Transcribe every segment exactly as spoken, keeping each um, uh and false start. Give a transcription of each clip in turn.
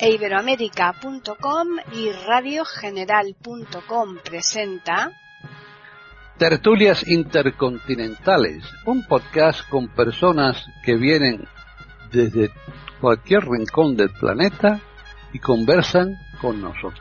iberoamérica punto com y radio general punto com presenta Tertulias Intercontinentales, un podcast con personas que vienen desde cualquier rincón del planeta y conversan con nosotros.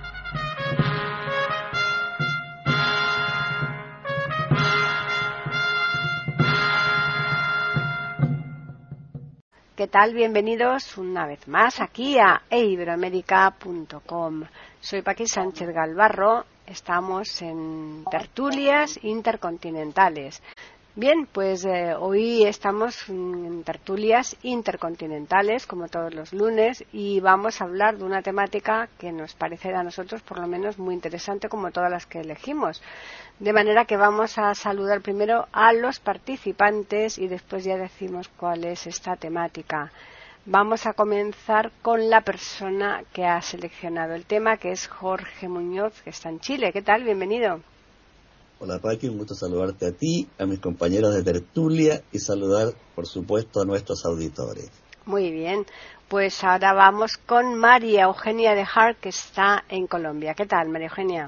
¿Qué tal? Bienvenidos una vez más aquí a iberoamérica punto com. Soy Paqui Sánchez Galvarro, estamos en Tertulias Intercontinentales. Bien, pues eh, hoy estamos en Tertulias Intercontinentales, como todos los lunes, y vamos a hablar de una temática que nos parece a nosotros, por lo menos, muy interesante, como todas las que elegimos. De manera que vamos a saludar primero a los participantes y después ya decimos cuál es esta temática. Vamos a comenzar con la persona que ha seleccionado el tema, que es Jorge Muñoz, que está en Chile. ¿Qué tal? Bienvenido. Hola Paqui, un gusto saludarte a ti, a mis compañeros de tertulia y saludar, por supuesto, a nuestros auditores. Muy bien, pues ahora vamos con María Eugenia de Hart, que está en Colombia. ¿Qué tal, María Eugenia?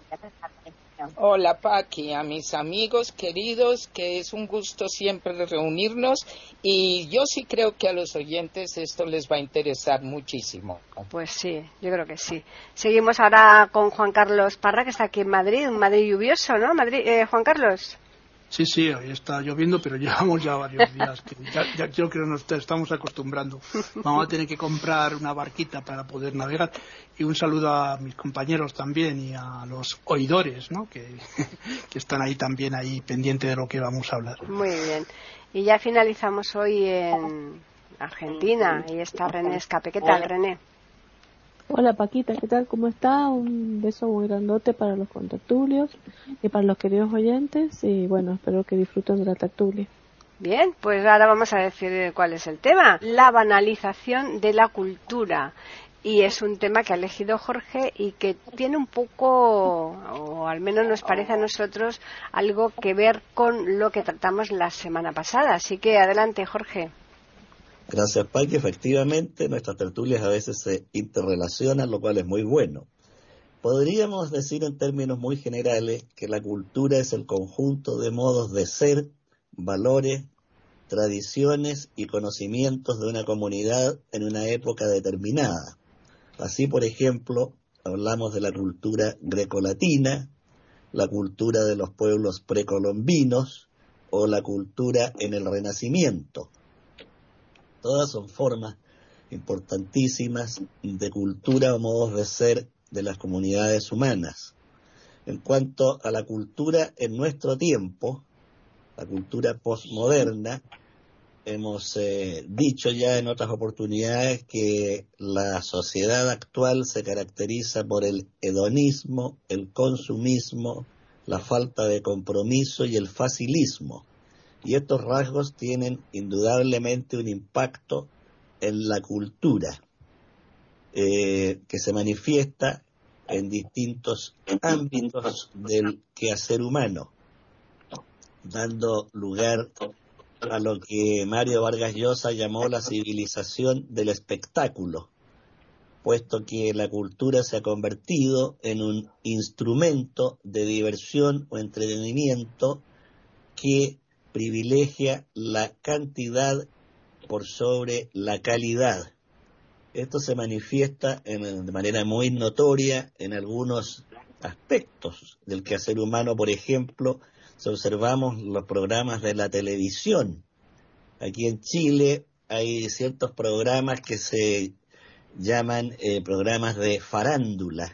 Hola Paqui, a mis amigos queridos, que es un gusto siempre reunirnos y yo sí creo que a los oyentes esto les va a interesar muchísimo. Pues sí, yo creo que sí. Seguimos ahora con Juan Carlos Parra, que está aquí en Madrid, un Madrid lluvioso, ¿no? Madrid, eh, Juan Carlos. Sí, sí, hoy está lloviendo, pero llevamos ya varios días. Que ya, ya creo que nos estamos acostumbrando. Vamos a tener que comprar una barquita para poder navegar. Y un saludo a mis compañeros también y a los oidores, ¿no? Que, que están ahí también ahí pendientes de lo que vamos a hablar. Muy bien. Y ya finalizamos hoy en Argentina. Ahí está René Escape. ¿Qué tal, René? Hola Paquita, ¿qué tal? ¿Cómo está? Un beso muy grandote para los contertulios y para los queridos oyentes y bueno, espero que disfruten de la tertulia. Bien, pues ahora vamos a decir cuál es el tema. La banalización de la cultura. Y es un tema que ha elegido Jorge y que tiene un poco, o al menos nos parece a nosotros, algo que ver con lo que tratamos la semana pasada. Así que adelante, Jorge. Gracias, Paqui. Efectivamente, nuestras tertulias a veces se interrelacionan, lo cual es muy bueno. Podríamos decir en términos muy generales que la cultura es el conjunto de modos de ser, valores, tradiciones y conocimientos de una comunidad en una época determinada. Así, por ejemplo, hablamos de la cultura grecolatina, la cultura de los pueblos precolombinos o la cultura en el Renacimiento. Todas son formas importantísimas de cultura o modos de ser de las comunidades humanas. En cuanto a la cultura en nuestro tiempo, la cultura postmoderna, hemos eh, dicho ya en otras oportunidades que la sociedad actual se caracteriza por el hedonismo, el consumismo, la falta de compromiso y el facilismo. Y estos rasgos tienen indudablemente un impacto en la cultura, eh, que se manifiesta en distintos ámbitos del quehacer humano, dando lugar a lo que Mario Vargas Llosa llamó la civilización del espectáculo, puesto que la cultura se ha convertido en un instrumento de diversión o entretenimiento que privilegia la cantidad por sobre la calidad. Esto se manifiesta en, de manera muy notoria en algunos aspectos del quehacer humano. Por ejemplo, si observamos los programas de la televisión, aquí en Chile hay ciertos programas que se llaman eh, programas de farándula,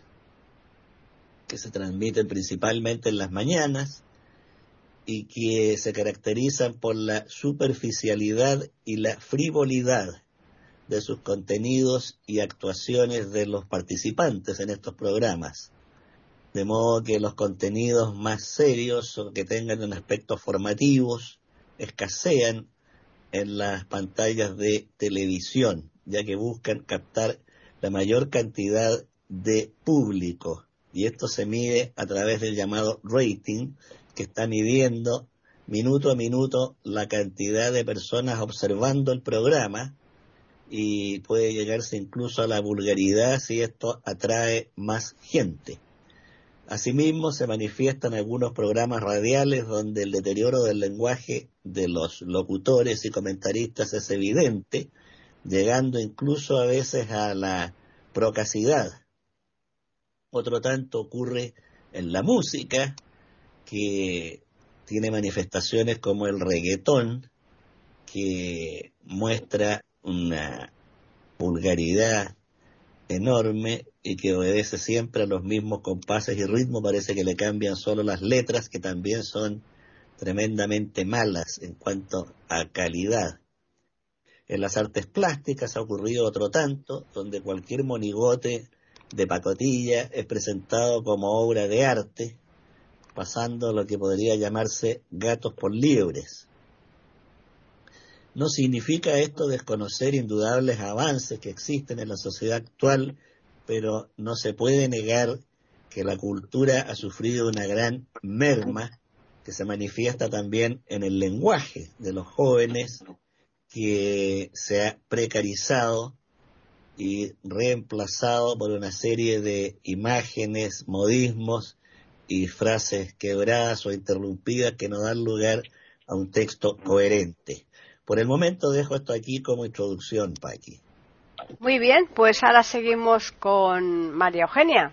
que se transmiten principalmente en las mañanas, y que se caracterizan por la superficialidad y la frivolidad de sus contenidos y actuaciones de los participantes en estos programas. De modo que los contenidos más serios o que tengan un aspecto formativos escasean en las pantallas de televisión, ya que buscan captar la mayor cantidad de público. Y esto se mide a través del llamado rating, que está midiendo minuto a minuto la cantidad de personas observando el programa y puede llegarse incluso a la vulgaridad si esto atrae más gente. Asimismo, se manifiesta en algunos programas radiales donde el deterioro del lenguaje de los locutores y comentaristas es evidente, llegando incluso a veces a la procacidad. Otro tanto ocurre en la música, que tiene manifestaciones como el reggaetón, que muestra una vulgaridad enorme y que obedece siempre a los mismos compases y ritmos. Parece que le cambian solo las letras, que también son tremendamente malas en cuanto a calidad. En las artes plásticas ha ocurrido otro tanto, donde cualquier monigote de pacotilla es presentado como obra de arte, pasando a lo que podría llamarse gatos por liebres. No significa esto desconocer indudables avances que existen en la sociedad actual, pero no se puede negar que la cultura ha sufrido una gran merma que se manifiesta también en el lenguaje de los jóvenes, que se ha precarizado y reemplazado por una serie de imágenes, modismos y frases quebradas o interrumpidas que no dan lugar a un texto coherente. Por el momento dejo esto aquí como introducción, Paqui. Muy bien, pues ahora seguimos con María Eugenia.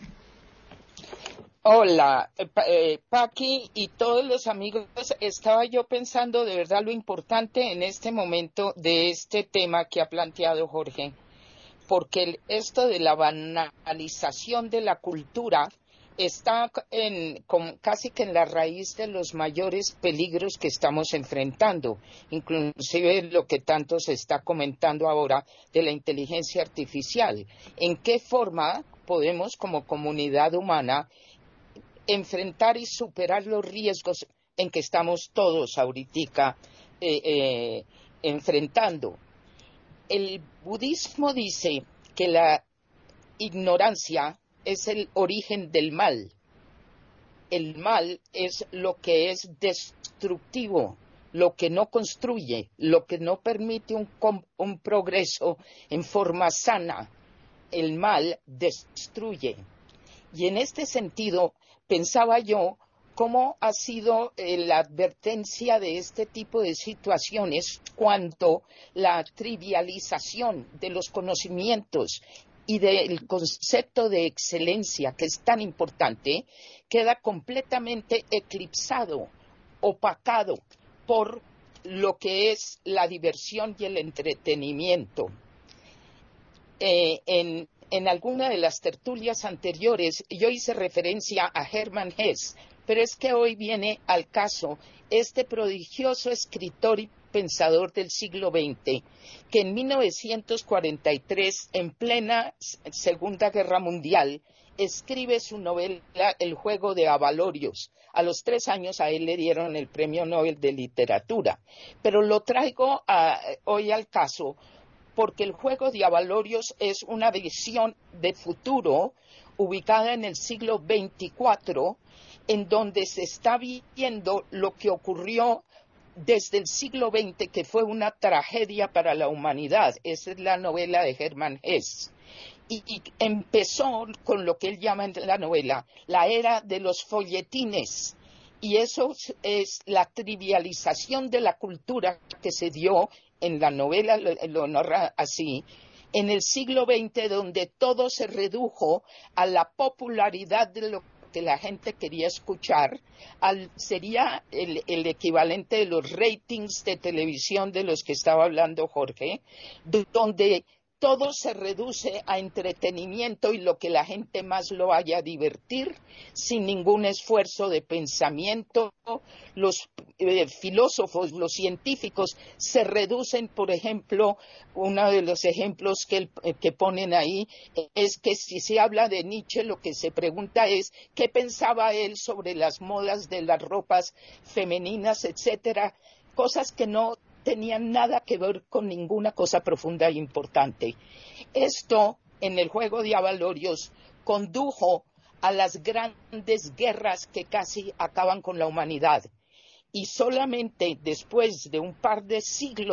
Hola, eh, Paqui y todos los amigos. Estaba yo pensando de verdad lo importante en este momento de este tema que ha planteado Jorge, porque el, esto de la banalización de la cultura está en, con, casi que en la raíz de los mayores peligros que estamos enfrentando, inclusive lo que tanto se está comentando ahora de la inteligencia artificial. ¿En qué forma podemos como comunidad humana enfrentar y superar los riesgos en que estamos todos ahorita eh, eh, enfrentando? El budismo dice que la ignorancia es el origen del mal. El mal es lo que es destructivo, lo que no construye, lo que no permite un, un progreso en forma sana. El mal destruye. Y en este sentido, pensaba yo cómo ha sido eh, la advertencia de este tipo de situaciones cuando la trivialización de los conocimientos y del concepto de excelencia, que es tan importante, queda completamente eclipsado, opacado por lo que es la diversión y el entretenimiento. Eh, en, en alguna de las tertulias anteriores yo hice referencia a Hermann Hesse, pero es que hoy viene al caso este prodigioso escritor y pensador del siglo veinte, que en mil novecientos cuarenta y tres, en plena Segunda Guerra Mundial, escribe su novela El juego de Avalorios. A los tres años a él le dieron el Premio Nobel de Literatura. Pero lo traigo a, hoy al caso porque el juego de Avalorios es una visión de futuro ubicada en el siglo veinticuatro, en donde se está viendo lo que ocurrió desde el siglo veinte, que fue una tragedia para la humanidad. Esa es la novela de Hermann Hesse. Y, y empezó con lo que él llama en la novela la era de los folletines. Y eso es la trivialización de la cultura que se dio en la novela, lo, lo narra así, en el siglo veinte, donde todo se redujo a la popularidad de lo que la gente quería escuchar. Al, sería el, el equivalente de los ratings de televisión de los que estaba hablando Jorge, donde todo se reduce a entretenimiento y lo que la gente más lo vaya a divertir, sin ningún esfuerzo de pensamiento. Los eh, filósofos, los científicos se reducen, por ejemplo, uno de los ejemplos que, eh, que ponen ahí es que si se habla de Nietzsche, lo que se pregunta es qué pensaba él sobre las modas de las ropas femeninas, etcétera, cosas que no tenían nada que ver con ninguna cosa profunda e importante. Esto, en el juego de Avalorios, condujo a las grandes guerras que casi acaban con la humanidad. Y solamente después de un par de siglos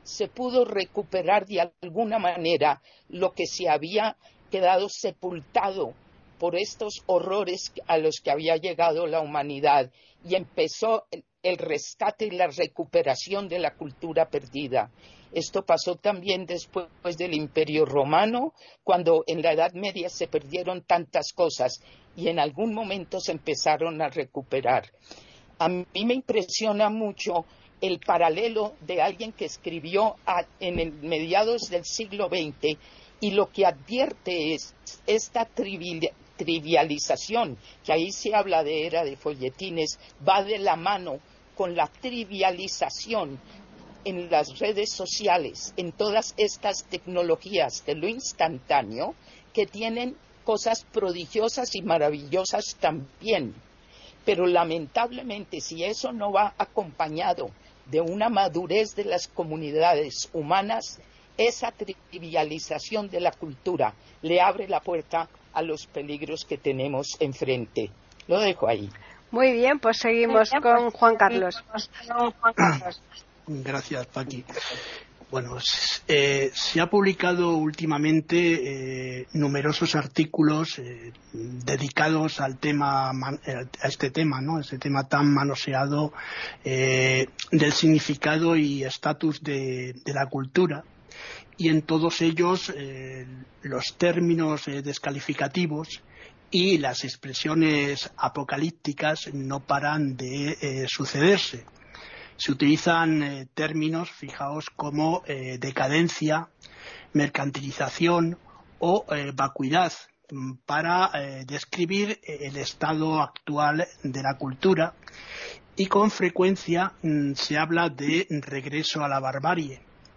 se pudo recuperar de alguna manera lo que se había quedado sepultado por estos horrores a los que había llegado la humanidad, y empezó el rescate y la recuperación de la cultura perdida. Esto pasó también después del Imperio Romano, cuando en la Edad Media se perdieron tantas cosas y en algún momento se empezaron a recuperar. A mí me impresiona mucho el paralelo de alguien que escribió a, en el mediados del siglo veinte, y lo que advierte es esta trivial, trivialización, que ahí se habla de era de folletines, va de la mano con la trivialización en las redes sociales, en todas estas tecnologías de lo instantáneo, que tienen cosas prodigiosas y maravillosas también. Pero lamentablemente, si eso no va acompañado de una madurez de las comunidades humanas, esa trivialización de la cultura le abre la puerta a los peligros que tenemos enfrente. Lo dejo ahí. Muy bien, pues seguimos con Juan Carlos. Gracias, Paqui. Bueno, eh, se ha publicado últimamente eh, numerosos artículos eh, dedicados al tema, a este tema, ¿no? Este tema tan manoseado eh, del significado y estatus de, de la cultura. Y en todos ellos eh, los términos eh, descalificativos y las expresiones apocalípticas no paran de eh, sucederse. Se utilizan eh, términos, fijaos, como eh, decadencia, mercantilización o eh, vacuidad para eh, describir el estado actual de la cultura, y con frecuencia mm, se habla de regreso a la barbarie,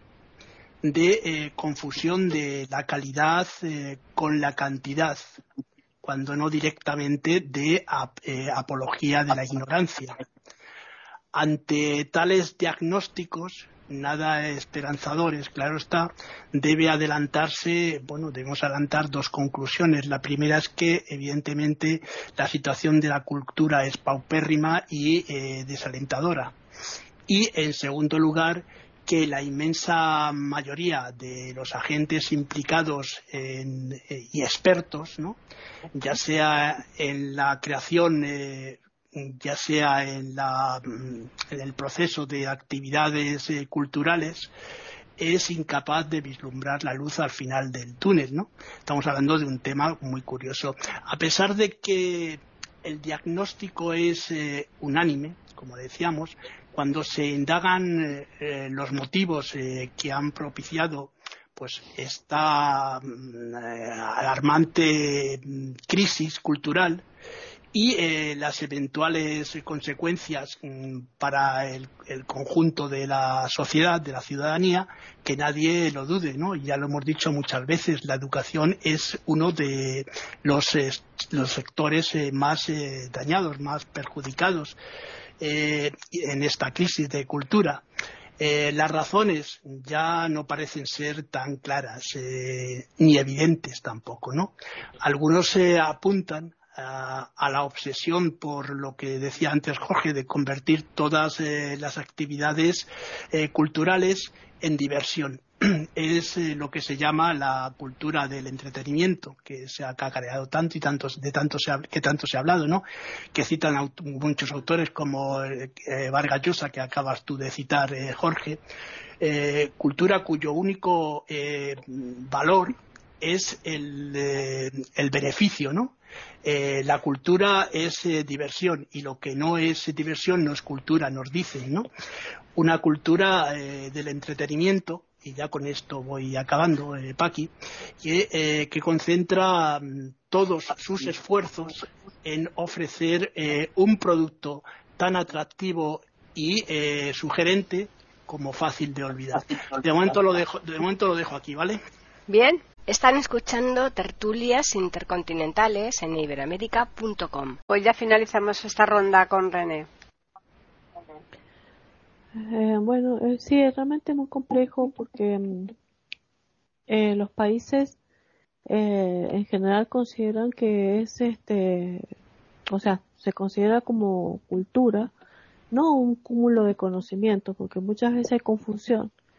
de eh, confusión de la calidad eh, con la cantidad, cuando no directamente de ap eh, apología de la ignorancia. Ante tales diagnósticos, nada esperanzadores, claro está, debe adelantarse, bueno, debemos adelantar dos conclusiones. La primera es que, evidentemente, la situación de la cultura es paupérrima y eh, desalentadora. Y, en segundo lugar, que la inmensa mayoría de los agentes implicados en, eh, y expertos, ¿no?, ya sea en la creación, eh, ya sea en, la, en el proceso de actividades eh, culturales, es incapaz de vislumbrar la luz al final del túnel, ¿no? Estamos hablando de un tema muy curioso. A pesar de que el diagnóstico es eh, unánime, como decíamos, cuando se indagan eh, los motivos eh, que han propiciado pues esta eh, alarmante crisis cultural y eh, las eventuales consecuencias mm, para el, el conjunto de la sociedad, de la ciudadanía, que nadie lo dude, ¿no? Ya lo hemos dicho muchas veces, la educación es uno de los, eh, los sectores eh, más eh, dañados, más perjudicados eh, en esta crisis de cultura. Eh, las razones ya no parecen ser tan claras eh, ni evidentes tampoco, ¿no? Algunos se eh, apuntan a, a la obsesión por lo que decía antes Jorge, de convertir todas eh, las actividades eh, culturales en diversión. Es eh, lo que se llama la cultura del entretenimiento, que se ha cacareado tanto y tanto, de tanto se ha, que tanto se ha hablado, ¿no? Que citan aut muchos autores como eh, Vargas Llosa, que acabas tú de citar, eh, Jorge. Eh, cultura cuyo único eh, valor es el, eh, el beneficio, ¿no? Eh, la cultura es eh, diversión, y lo que no es diversión no es cultura, nos dicen, ¿no? Una cultura eh, del entretenimiento, y ya con esto voy acabando, eh, Paqui, que, eh, que concentra mm, todos sus esfuerzos en ofrecer eh, un producto tan atractivo y eh, sugerente como fácil de olvidar. De momento lo dejo, de momento lo dejo aquí, ¿vale? Bien, están escuchando Tertulias Intercontinentales en iberoamérica punto com. Hoy ya finalizamos esta ronda con René. Eh, bueno, eh, sí, es realmente muy complejo porque eh, los países eh, en general consideran que es este, o sea, se considera como cultura, no un cúmulo de conocimiento, porque muchas veces hay confusión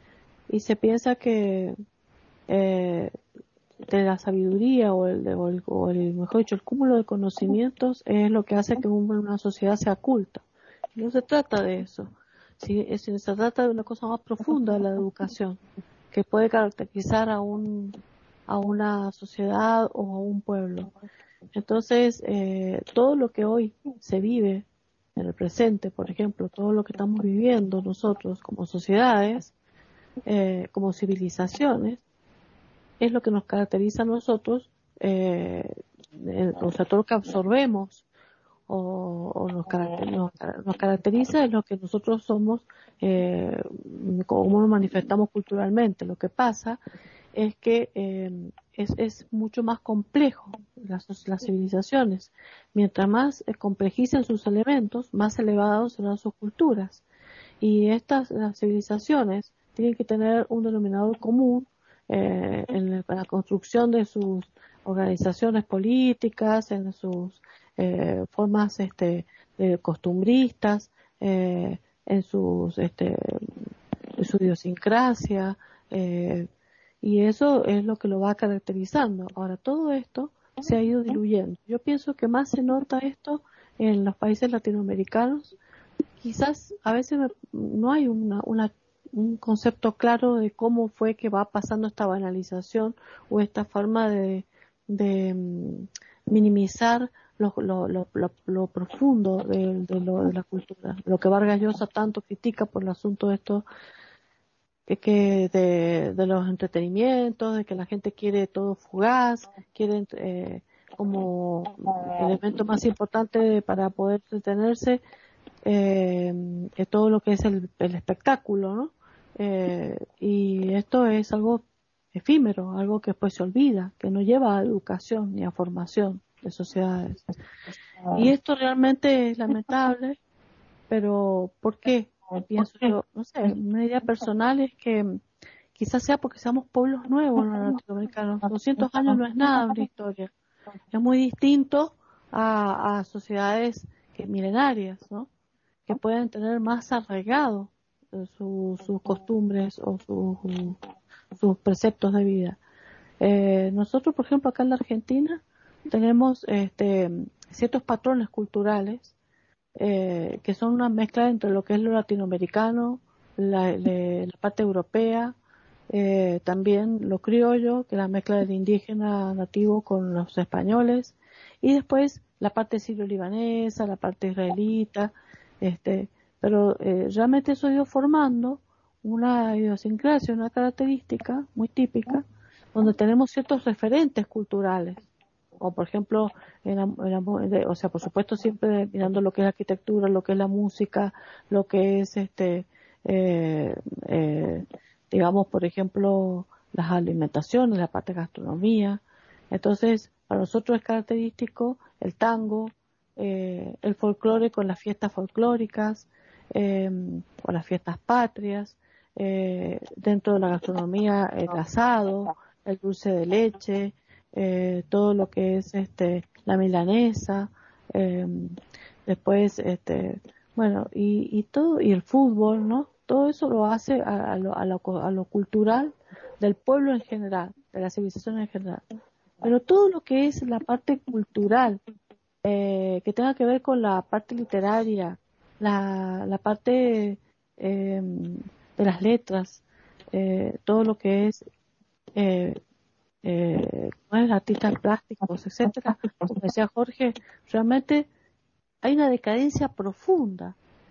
y se piensa que eh, de la sabiduría o el, o el, o el, mejor dicho, el cúmulo de conocimientos es lo que hace que una sociedad sea culta. No se trata de eso. Si, si se trata de una cosa más profunda, la educación, que puede caracterizar a un a una sociedad o a un pueblo. Entonces, eh, todo lo que hoy se vive en el presente, por ejemplo, todo lo que estamos viviendo nosotros como sociedades, eh, como civilizaciones, es lo que nos caracteriza a nosotros, eh, eh, o sea, todo lo que absorbemos o, o nos, nos, nos caracteriza es lo que nosotros somos, eh, cómo nos manifestamos culturalmente. Lo que pasa es que eh, es, es mucho más complejo las, las civilizaciones. Mientras más eh, complejicen sus elementos, más elevados serán sus culturas. Y estas las civilizaciones tienen que tener un denominador común eh, en la construcción de sus organizaciones políticas, en sus eh, formas este, de costumbristas, eh, en sus este, en su idiosincrasia, eh, y eso es lo que lo va caracterizando. Ahora, todo esto se ha ido diluyendo. Yo pienso que más se nota esto en los países latinoamericanos. Quizás a veces me, no hay una, una, un concepto claro de cómo fue que va pasando esta banalización o esta forma de, de um, minimizar lo, lo, lo, lo, lo profundo de, de, lo, de la cultura. Lo que Vargas Llosa tanto critica por el asunto de esto, que de, de los entretenimientos, de que la gente quiere todo fugaz, quiere eh, como elemento más importante para poder entretenerse, eh, de todo lo que es el, el espectáculo, ¿no? Eh, y esto es algo efímero, algo que después se olvida, que no lleva a educación ni a formación de sociedades. Y esto realmente es lamentable, pero ¿por qué? Pienso yo, no sé, una idea personal es que quizás sea porque seamos pueblos nuevos los latinoamericanos. doscientos años no es nada en la historia. Es muy distinto a, a sociedades que milenarias, ¿no? Que pueden tener más arraigado su, sus costumbres o su, sus preceptos de vida. Eh, nosotros, por ejemplo, acá en la Argentina tenemos este, ciertos patrones culturales Eh, que son una mezcla entre lo que es lo latinoamericano, la, la, la parte europea, eh, también lo criollo, que es la mezcla del indígena nativo con los españoles, y después la parte sirio-libanesa, la parte israelita, este, pero eh, realmente eso ha ido formando una idiosincrasia, una característica muy típica, donde tenemos ciertos referentes culturales. O por ejemplo, en la, en la, o sea, por supuesto siempre mirando lo que es la arquitectura, lo que es la música, lo que es este, eh, eh, digamos, por ejemplo, las alimentaciones, la parte de gastronomía. Entonces, para nosotros es característico el tango, eh, el folclore con las fiestas folclóricas, eh, o las fiestas patrias, eh, dentro de la gastronomía el asado, el dulce de leche, Eh, todo lo que es este la milanesa, eh, después este bueno y, y todo y el fútbol, ¿no? Todo eso lo hace a, a, lo, a, lo, a lo cultural del pueblo en general, de la civilización en general. Pero todo lo que es la parte cultural, eh, que tenga que ver con la parte literaria, la, la parte eh, de las letras, eh, todo lo que es eh, eh, artistas plásticos, etcétera, como decía Jorge, realmente hay una decadencia profunda,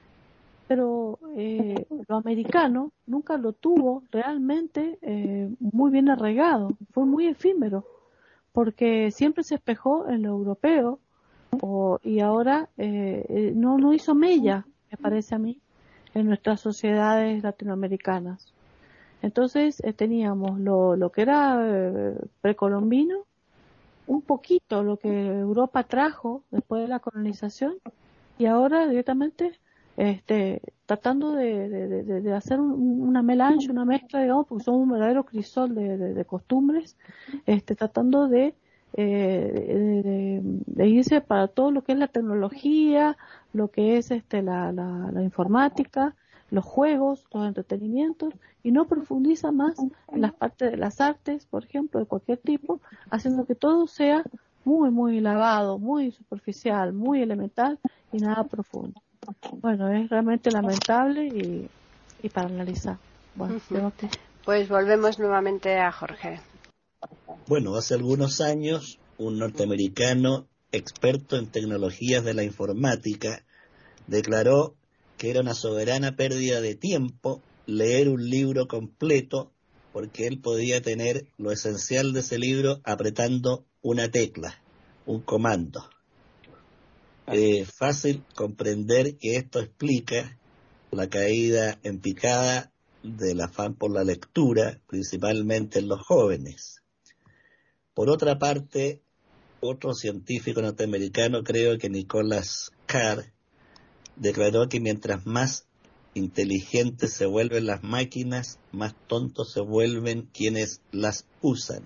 pero eh, lo americano nunca lo tuvo realmente eh, muy bien arraigado, fue muy efímero, porque siempre se espejó en lo europeo o, y ahora eh, no, no hizo mella, me parece a mí, en nuestras sociedades latinoamericanas. Entonces eh, teníamos lo, lo que era eh, precolombino, un poquito lo que Europa trajo después de la colonización y ahora directamente este, tratando de, de, de, de hacer un, una melange, una mezcla, digamos, porque son un verdadero crisol de, de, de costumbres, este, tratando de, eh, de, de, de irse para todo lo que es la tecnología, lo que es este, la, la, la informática, los juegos, los entretenimientos, y no profundiza más en las partes de las artes, por ejemplo, de cualquier tipo, haciendo que todo sea muy, muy lavado, muy superficial, muy elemental y nada profundo. Bueno, es realmente lamentable y, y para analizar. Bueno, uh-huh. Pues volvemos nuevamente a Jorge. Bueno, hace algunos años, un norteamericano experto en tecnologías de la informática declaró que era una soberana pérdida de tiempo leer un libro completo porque él podía tener lo esencial de ese libro apretando una tecla, un comando. Es eh, fácil comprender que esto explica la caída en picada del afán por la lectura, principalmente en los jóvenes. Por otra parte, otro científico norteamericano, creo que Nicholas Carr, declaró que mientras más inteligentes se vuelven las máquinas, más tontos se vuelven quienes las usan.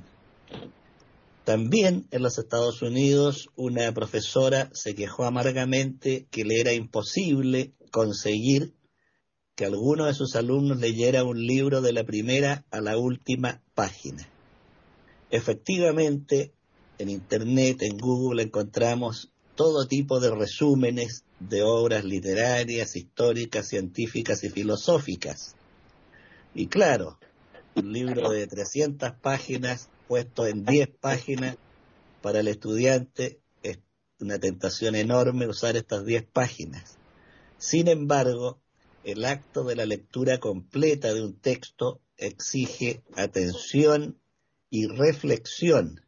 También en los Estados Unidos, una profesora se quejó amargamente que le era imposible conseguir que alguno de sus alumnos leyera un libro de la primera a la última página. Efectivamente, en Internet, en Google, encontramos todo tipo de resúmenes de obras literarias, históricas, científicas y filosóficas. Y claro, un libro de trescientas páginas puesto en diez páginas, para el estudiante es una tentación enorme usar estas diez páginas. Sin embargo, el acto de la lectura completa de un texto exige atención y reflexión,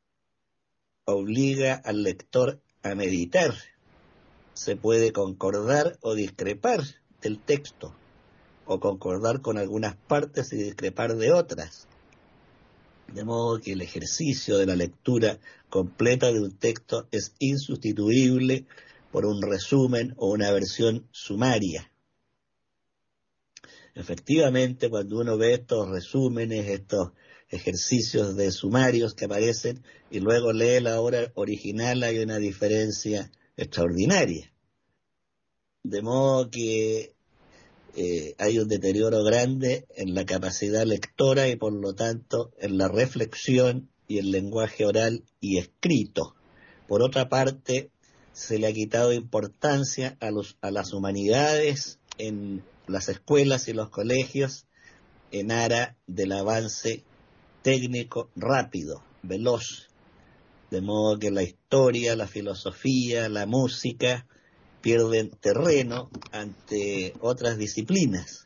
obliga al lector a meditar. Se puede concordar o discrepar del texto, o concordar con algunas partes y discrepar de otras. De modo que el ejercicio de la lectura completa de un texto es insustituible por un resumen o una versión sumaria. Efectivamente, cuando uno ve estos resúmenes, estos ejercicios de sumarios que aparecen y luego lee la obra original, hay una diferencia extraordinaria. De modo que eh, hay un deterioro grande en la capacidad lectora y por lo tanto en la reflexión y el lenguaje oral y escrito. Por otra parte, se le ha quitado importancia a, los, a las humanidades en las escuelas y los colegios en aras del avance técnico rápido, veloz, de modo que la historia, la filosofía, la música pierden terreno ante otras disciplinas.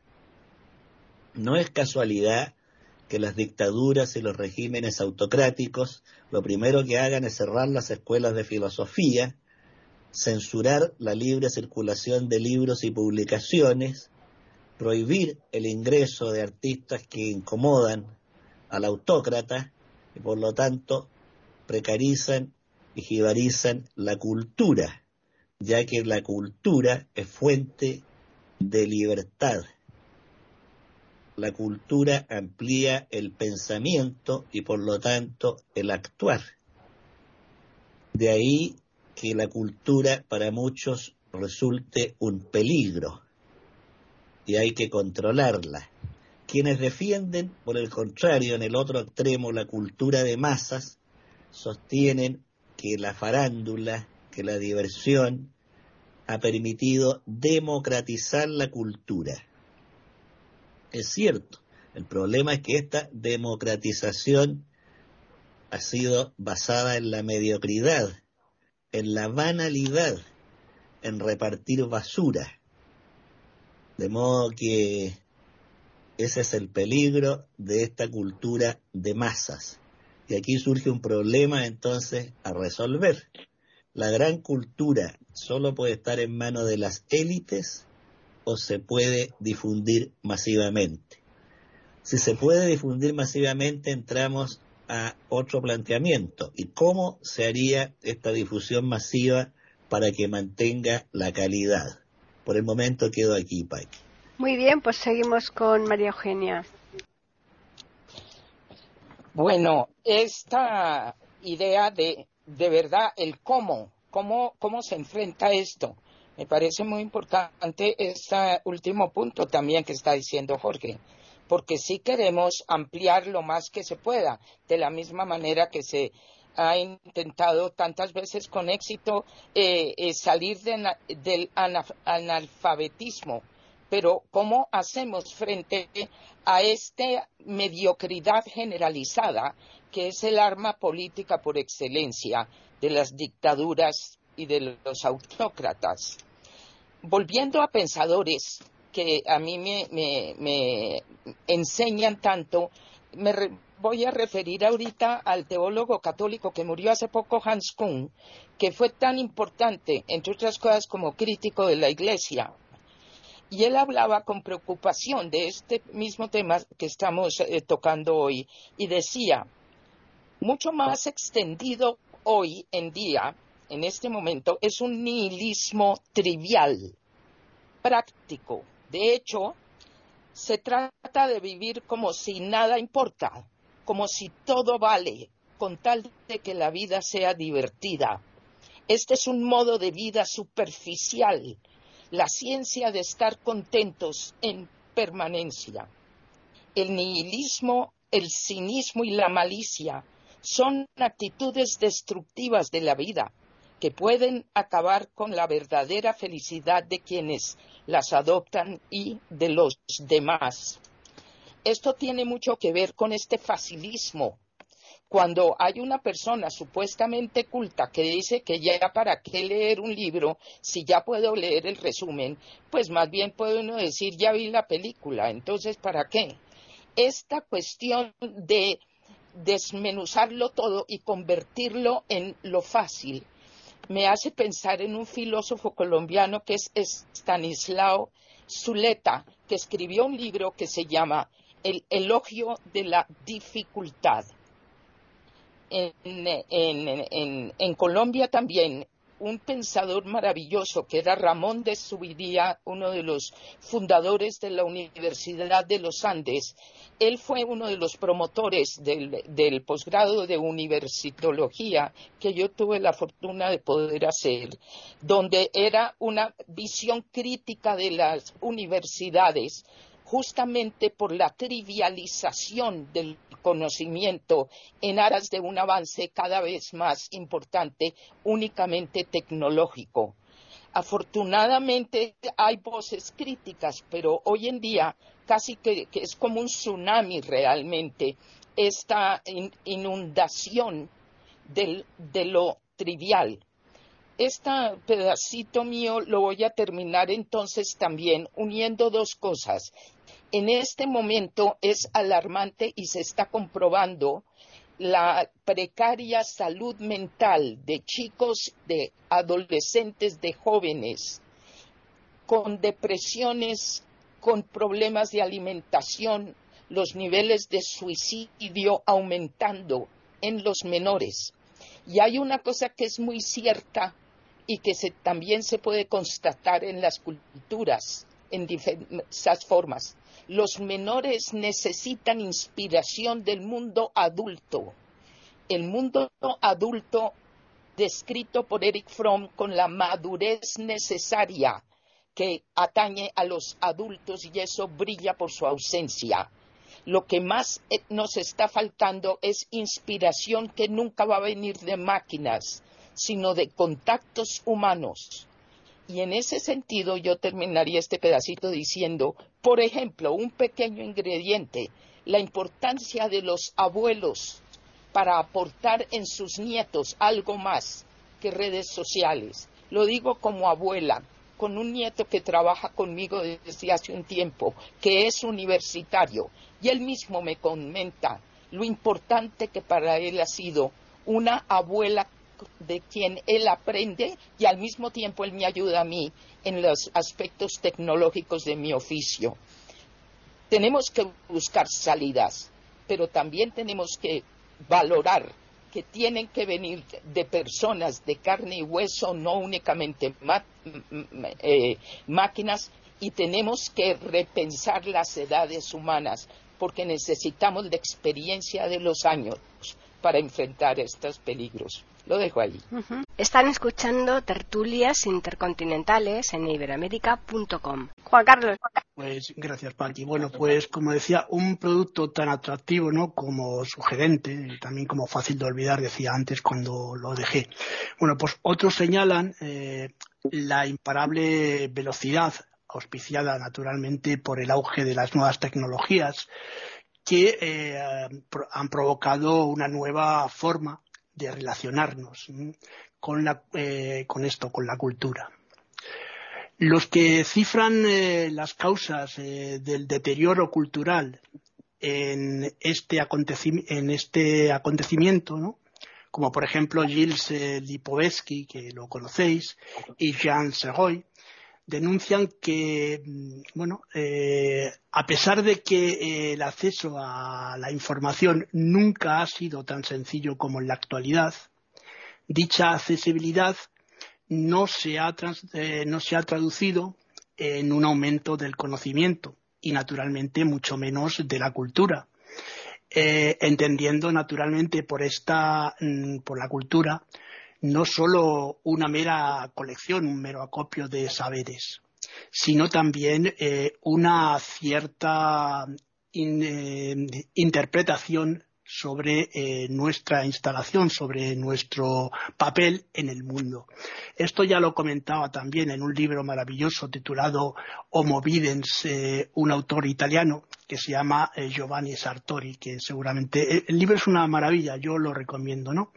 No es casualidad que las dictaduras y los regímenes autocráticos lo primero que hagan es cerrar las escuelas de filosofía, censurar la libre circulación de libros y publicaciones, prohibir el ingreso de artistas que incomodan al autócrata y por lo tanto precarizan y jibarizan la cultura, ya que la cultura es fuente de libertad. La cultura amplía el pensamiento y por lo tanto el actuar. De ahí que la cultura para muchos resulte un peligro y hay que controlarla. Quienes defienden, por el contrario, en el otro extremo, la cultura de masas, sostienen que la farándula, que la diversión ha permitido democratizar la cultura. Es cierto, el problema es que esta democratización ha sido basada en la mediocridad, en la banalidad, en repartir basura. De modo que ese es el peligro de esta cultura de masas. Y aquí surge un problema entonces a resolver. La gran cultura solo puede estar en manos de las élites o se puede difundir masivamente. Si se puede difundir masivamente, entramos a otro planteamiento. ¿Y cómo se haría esta difusión masiva para que mantenga la calidad? Por el momento quedo aquí, Paqui. Muy bien, pues seguimos con María Eugenia. Bueno, esta idea de, de verdad, el cómo, cómo, cómo se enfrenta esto. Me parece muy importante este último punto también que está diciendo Jorge, porque sí queremos ampliar lo más que se pueda, de la misma manera que se ha intentado tantas veces con éxito eh, eh, salir de, del analfabetismo. Pero ¿cómo hacemos frente a esta mediocridad generalizada que es el arma política por excelencia de las dictaduras y de los autócratas? Volviendo a pensadores que a mí me, me, me enseñan tanto, me re, voy a referir ahorita al teólogo católico que murió hace poco, Hans Kuhn, que fue tan importante, entre otras cosas, como crítico de la Iglesia. Y él hablaba con preocupación de este mismo tema que estamos eh, tocando hoy, y decía, mucho más extendido hoy en día, en este momento, es un nihilismo trivial, práctico. De hecho, se trata de vivir como si nada importa, como si todo vale, con tal de que la vida sea divertida. Este es un modo de vida superficial, la ciencia de estar contentos en permanencia. El nihilismo, el cinismo y la malicia son actitudes destructivas de la vida que pueden acabar con la verdadera felicidad de quienes las adoptan y de los demás. Esto tiene mucho que ver con este facilismo. Cuando hay una persona supuestamente culta que dice que ya para qué leer un libro si ya puedo leer el resumen, pues más bien puede uno decir ya vi la película, entonces ¿para qué? Esta cuestión de desmenuzarlo todo y convertirlo en lo fácil me hace pensar en un filósofo colombiano que es Stanislao Zuleta, que escribió un libro que se llama El elogio de la dificultad. En, en, en, en Colombia también, un pensador maravilloso que era Ramón de Zuviría, uno de los fundadores de la Universidad de los Andes, él fue uno de los promotores del, del posgrado de universitología que yo tuve la fortuna de poder hacer, donde era una visión crítica de las universidades, justamente por la trivialización del conocimiento en aras de un avance cada vez más importante, únicamente tecnológico. Afortunadamente hay voces críticas, pero hoy en día casi que, que es como un tsunami realmente, esta in, inundación del, de lo trivial. Este pedacito mío lo voy a terminar entonces también uniendo dos cosas. En este momento es alarmante y se está comprobando la precaria salud mental de chicos, de adolescentes, de jóvenes, con depresiones, con problemas de alimentación, los niveles de suicidio aumentando en los menores. Y hay una cosa que es muy cierta y que se, también se puede constatar en las culturas, en diversas formas. Los menores necesitan inspiración del mundo adulto. El mundo adulto, descrito por Eric Fromm con la madurez necesaria que atañe a los adultos, y eso brilla por su ausencia. Lo que más nos está faltando es inspiración que nunca va a venir de máquinas, sino de contactos humanos. Y en ese sentido yo terminaría este pedacito diciendo, por ejemplo, un pequeño ingrediente, la importancia de los abuelos para aportar en sus nietos algo más que redes sociales. Lo digo como abuela, con un nieto que trabaja conmigo desde hace un tiempo, que es universitario, y él mismo me comenta lo importante que para él ha sido una abuela de quien él aprende y al mismo tiempo él me ayuda a mí en los aspectos tecnológicos de mi oficio. Tenemos que buscar salidas, pero también tenemos que valorar que tienen que venir de personas de carne y hueso, no únicamente má- eh, máquinas, y tenemos que repensar las edades humanas, porque necesitamos la experiencia de los años para enfrentar estos peligros. Lo dejo ahí. Uh-huh. Están escuchando Tertulias Intercontinentales en iberoamérica punto com. Juan Carlos. Pues gracias, Paqui. Bueno, pues como decía, un producto tan atractivo, ¿no?, como sugerente, y también como fácil de olvidar, decía antes cuando lo dejé. Bueno, pues otros señalan eh, la imparable velocidad, auspiciada naturalmente por el auge de las nuevas tecnologías, que eh, han provocado una nueva forma de relacionarnos ¿sí? con, la, eh, con esto, con la cultura. Los que cifran eh, las causas eh, del deterioro cultural en este, aconteci- en este acontecimiento, ¿no?, como por ejemplo Gilles eh, Lipovetsky, que lo conocéis, y Jean Serroy, denuncian que, bueno, eh, a pesar de que eh, el acceso a la información nunca ha sido tan sencillo como en la actualidad, dicha accesibilidad no se ha, trans, eh, no se ha traducido en un aumento del conocimiento y, naturalmente, mucho menos de la cultura. Eh, entendiendo, naturalmente, por esta, por la cultura, no solo una mera colección, un mero acopio de saberes, sino también eh, una cierta in, eh, interpretación sobre eh, nuestra instalación, sobre nuestro papel en el mundo. Esto ya lo comentaba también en un libro maravilloso titulado Homo Videns, eh, un autor italiano que se llama eh, Giovanni Sartori, que seguramente el libro es una maravilla, yo lo recomiendo, ¿no?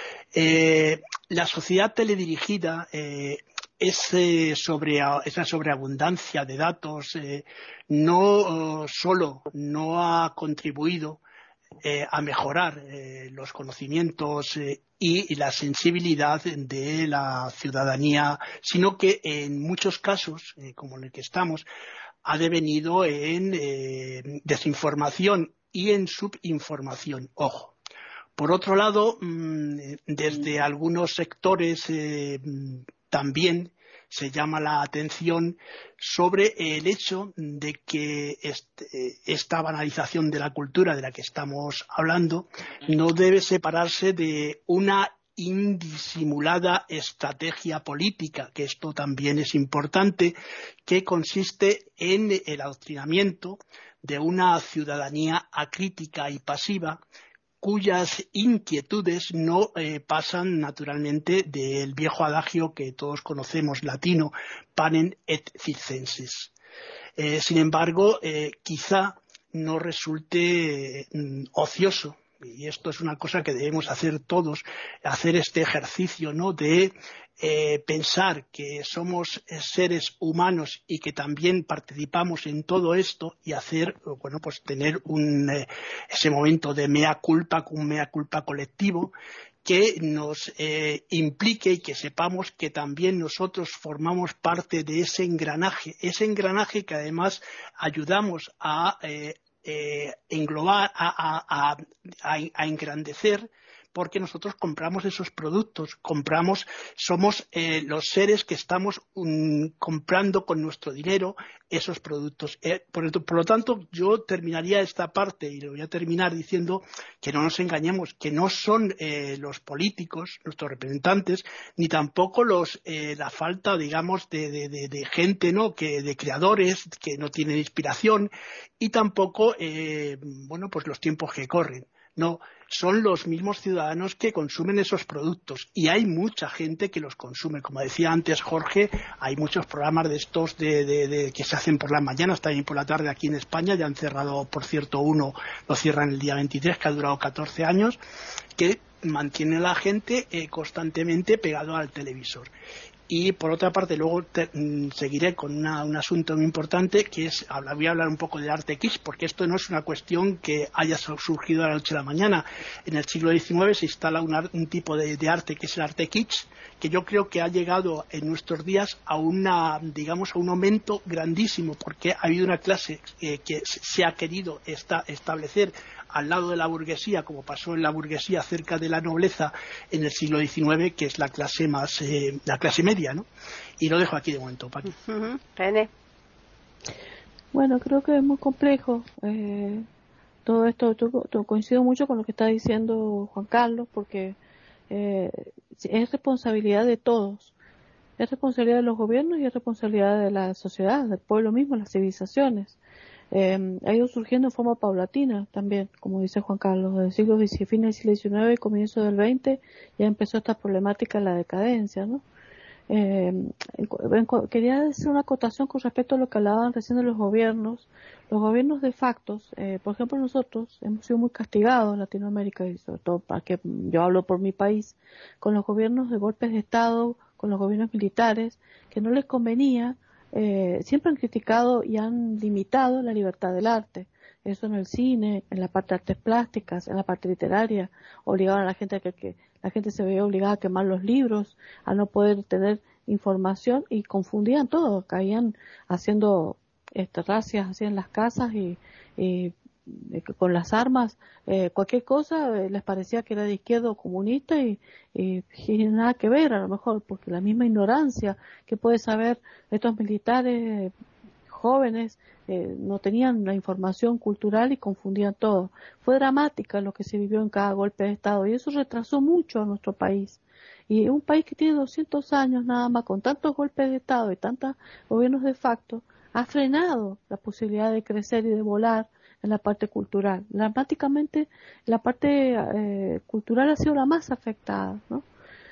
Eh, la sociedad teledirigida eh, es, eh, sobre, esa sobreabundancia de datos eh, no uh, solo no ha contribuido eh, a mejorar eh, los conocimientos eh, y, y la sensibilidad de la ciudadanía, sino que en muchos casos, eh, como en el que estamos, ha devenido en eh, desinformación y en subinformación. Ojo. Por otro lado, desde algunos sectores eh, también se llama la atención sobre el hecho de que este, esta banalización de la cultura de la que estamos hablando no debe separarse de una indisimulada estrategia política, que esto también es importante, que consiste en el adoctrinamiento de una ciudadanía acrítica y pasiva, cuyas inquietudes no eh, pasan naturalmente del viejo adagio que todos conocemos latino, panem et circenses. Eh, sin embargo, eh, quizá no resulte eh, ocioso, y esto es una cosa que debemos hacer todos, hacer este ejercicio, ¿no?, de eh, pensar que somos seres humanos y que también participamos en todo esto y hacer, bueno, pues tener un, eh, ese momento de mea culpa, un mea culpa colectivo que nos eh, implique y que sepamos que también nosotros formamos parte de ese engranaje, ese engranaje que además ayudamos a eh, Eh, englobar, a, a, a, a engrandecer, porque nosotros compramos esos productos, compramos, somos eh, los seres que estamos um, comprando con nuestro dinero esos productos. Eh, por, por lo tanto, yo terminaría esta parte y lo voy a terminar diciendo que no nos engañemos, que no son eh, los políticos, nuestros representantes, ni tampoco los eh, la falta, digamos, de, de, de, de gente, ¿no?, que de creadores que no tienen inspiración, y tampoco, eh, bueno, pues los tiempos que corren. No, son los mismos ciudadanos que consumen esos productos, y hay mucha gente que los consume. Como decía antes Jorge, hay muchos programas de estos de, de, de, que se hacen por las mañanas, también por la tarde aquí en España. Ya han cerrado, por cierto, uno, lo cierran el día veintitrés, que ha durado catorce años, que mantiene a la gente eh, constantemente pegado al televisor. Y por otra parte, luego te, mm, seguiré con una, un asunto muy importante, que es, habla, voy a hablar un poco del arte kitsch, porque esto no es una cuestión que haya surgido de la noche a la mañana. En el siglo diecinueve se instala una, un tipo de, de arte que es el arte kitsch, que yo creo que ha llegado en nuestros días a una, digamos, a un aumento grandísimo, porque ha habido una clase eh, que se ha querido esta, establecer al lado de la burguesía, como pasó en la burguesía cerca de la nobleza en el siglo diecinueve, que es la clase más, eh, la clase media, ¿no? Y lo dejo aquí de momento, Paqui. Uh-huh. René. Bueno, creo que es muy complejo. Eh, todo esto, yo, yo coincido mucho con lo que está diciendo Juan Carlos, porque eh, es responsabilidad de todos. Es responsabilidad de los gobiernos y es responsabilidad de la sociedad, del pueblo mismo, las civilizaciones. Eh, ha ido surgiendo en forma paulatina también, como dice Juan Carlos, del siglo diecinueve, fines del siglo diecinueve y comienzo del veinte ya empezó esta problemática de la decadencia, ¿no? Eh, quería hacer una acotación con respecto a lo que hablaban recién de los gobiernos. Los gobiernos de facto, eh, por ejemplo, nosotros hemos sido muy castigados en Latinoamérica, y sobre todo para que yo hablo por mi país, con los gobiernos de golpes de Estado, con los gobiernos militares, que no les convenía. Eh, siempre han criticado y han limitado la libertad del arte. Eso en el cine, en la parte de artes plásticas, en la parte literaria, obligaban a la gente a que, que la gente se veía obligada a quemar los libros, a no poder tener información y confundían todo, caían haciendo este, racias así en las casas y, y con las armas, eh, cualquier cosa eh, les parecía que era de izquierda o comunista y, y, y nada que ver a lo mejor, porque la misma ignorancia que puede saber estos militares jóvenes eh, no tenían la información cultural y confundían todo. Fue dramática lo que se vivió en cada golpe de Estado y eso retrasó mucho a nuestro país. Y un país que tiene doscientos años nada más, con tantos golpes de Estado y tantos gobiernos de facto, ha frenado la posibilidad de crecer y de volar en la parte cultural. Dramáticamente, la parte eh, cultural ha sido la más afectada, ¿no?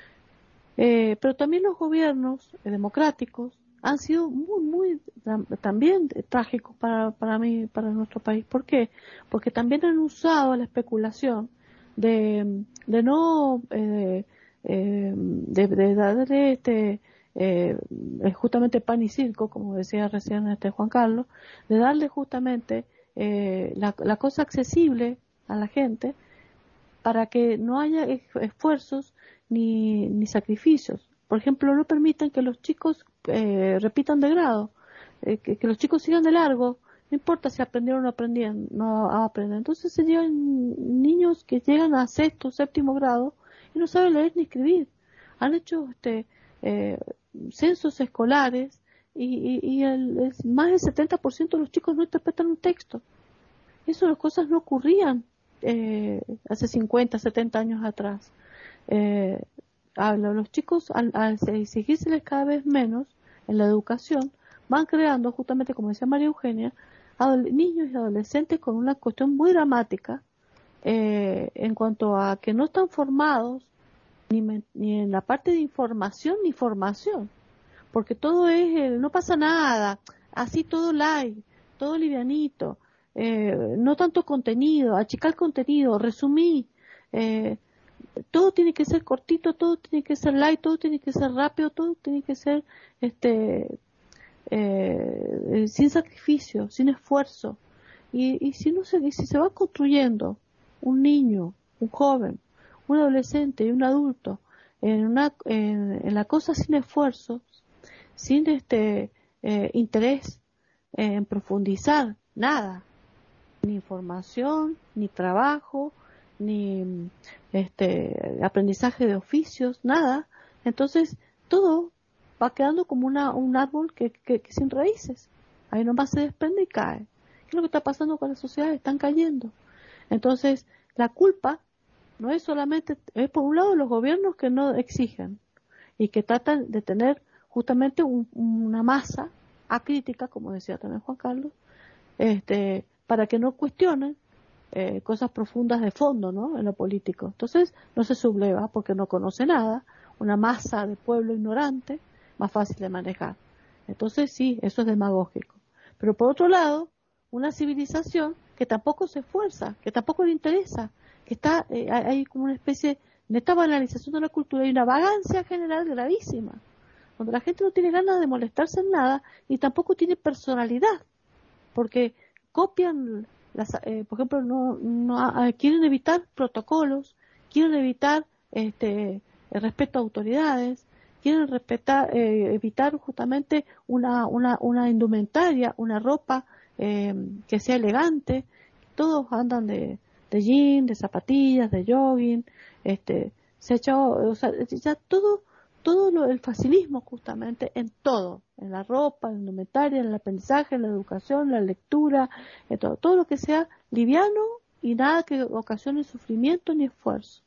Eh, pero también los gobiernos eh, democráticos han sido muy, muy también trágicos para, para mí, para nuestro país. ¿Por qué? Porque también han usado la especulación de, de no, eh, eh, de, de darle este, eh, justamente pan y circo, como decía recién este Juan Carlos, de darle justamente eh, la, la cosa accesible a la gente para que no haya esfuerzos ni, ni sacrificios. Por ejemplo, no permiten que los chicos eh, repitan de grado, eh, que, que los chicos sigan de largo, no importa si aprendieron o no aprendieron, no aprenden. Entonces se llevan niños que llegan a sexto, séptimo grado y no saben leer ni escribir. Han hecho este eh, censos escolares y, y, y el, el, más del setenta por ciento de los chicos no interpretan un texto. Eso las cosas no ocurrían eh, hace cincuenta, setenta años atrás. Eh, a los chicos, al, al exigírseles cada vez menos en la educación, van creando, justamente como decía María Eugenia, niños y adolescentes con una cuestión muy dramática eh, en cuanto a que no están formados ni, me, ni en la parte de información ni formación, porque todo es, eh, no pasa nada, así todo light, todo livianito, eh, no tanto contenido, achicar contenido, resumí, eh, todo tiene que ser cortito, todo tiene que ser light, todo tiene que ser rápido, todo tiene que ser este eh, sin sacrificio, sin esfuerzo. Y, y si no se, si se va construyendo un niño, un joven, un adolescente y un adulto en una en, en la cosa sin esfuerzo, sin este eh, interés eh, en profundizar nada, ni información, ni trabajo, ni este aprendizaje de oficios, nada, entonces todo va quedando como una un árbol que, que, que sin raíces, ahí nomás se desprende y cae. ¿Qué es lo que está pasando con la sociedad? Están cayendo. Entonces la culpa no es solamente, es por un lado los gobiernos que no exigen y que tratan de tener justamente un, una masa acrítica, como decía también Juan Carlos, este para que no cuestionen Eh, cosas profundas de fondo, ¿no? En lo político. Entonces no se subleva porque no conoce nada, una masa de pueblo ignorante, más fácil de manejar. Entonces sí, eso es demagógico. Pero por otro lado, una civilización que tampoco se esfuerza, que tampoco le interesa, que está, eh, hay como una especie de esta banalización de la cultura y una vagancia general gravísima, donde la gente no tiene ganas de molestarse en nada y tampoco tiene personalidad, porque copian Las, eh, por ejemplo, no, no eh, quieren evitar protocolos, quieren evitar este el respeto a autoridades, quieren respetar, eh, evitar justamente una, una, una indumentaria, una ropa eh, que sea elegante. Todos andan de, de jean, de zapatillas, de jogging, este, se ha echado, o sea, ya todo, todo lo, el facilismo justamente en todo, en la ropa, en la indumentaria, en el aprendizaje, en la educación, en la lectura, en todo, todo lo que sea liviano y nada que ocasione sufrimiento ni esfuerzo.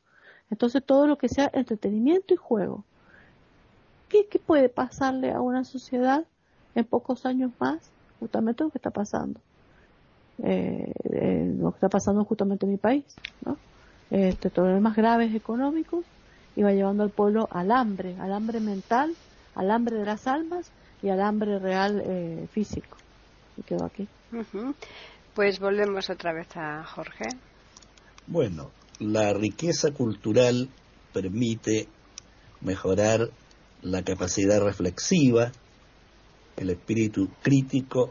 Entonces todo lo que sea entretenimiento y juego. ¿Qué, qué puede pasarle a una sociedad en pocos años más? Justamente lo que está pasando. Eh, eh, lo que está pasando justamente en mi país, ¿no? Este, problemas graves económicos y va llevando al pueblo al hambre, al hambre mental, al hambre de las almas y al hambre real eh, físico. Y quedo aquí. Uh-huh. Pues volvemos otra vez a Jorge. Bueno, la riqueza cultural permite mejorar la capacidad reflexiva, el espíritu crítico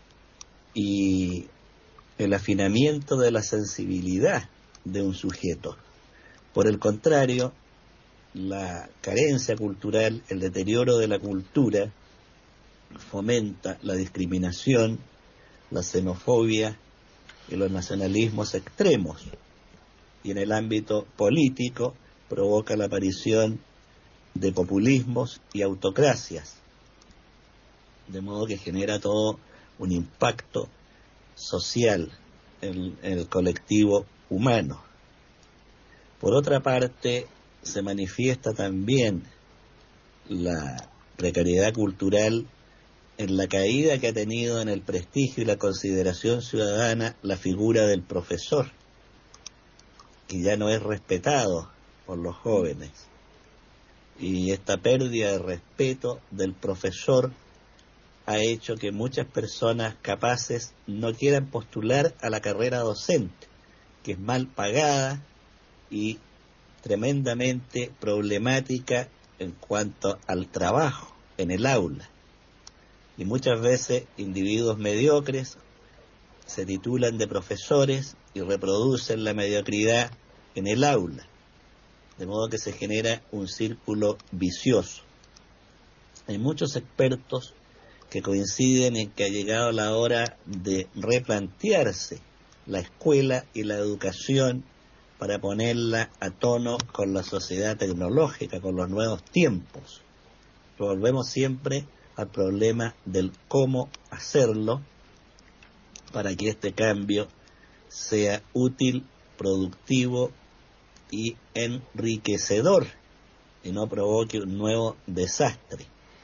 y el afinamiento de la sensibilidad de un sujeto. Por el contrario, la carencia cultural, el deterioro de la cultura, fomenta la discriminación, la xenofobia y los nacionalismos extremos. Y en el ámbito político provoca la aparición de populismos y autocracias, de modo que genera todo un impacto social en, en el colectivo humano. Por otra parte, se manifiesta también la precariedad cultural en la caída que ha tenido en el prestigio y la consideración ciudadana la figura del profesor, que ya no es respetado por los jóvenes. Y esta pérdida de respeto del profesor ha hecho que muchas personas capaces no quieran postular a la carrera docente, que es mal pagada y tremendamente problemática en cuanto al trabajo en el aula. Y muchas veces individuos mediocres se titulan de profesores y reproducen la mediocridad en el aula, de modo que se genera un círculo vicioso. Hay muchos expertos que coinciden en que ha llegado la hora de replantearse la escuela y la educación para ponerla a tono con la sociedad tecnológica, con los nuevos tiempos. Volvemos siempre al problema del cómo hacerlo para que este cambio sea útil, productivo y enriquecedor y no provoque un nuevo desastre.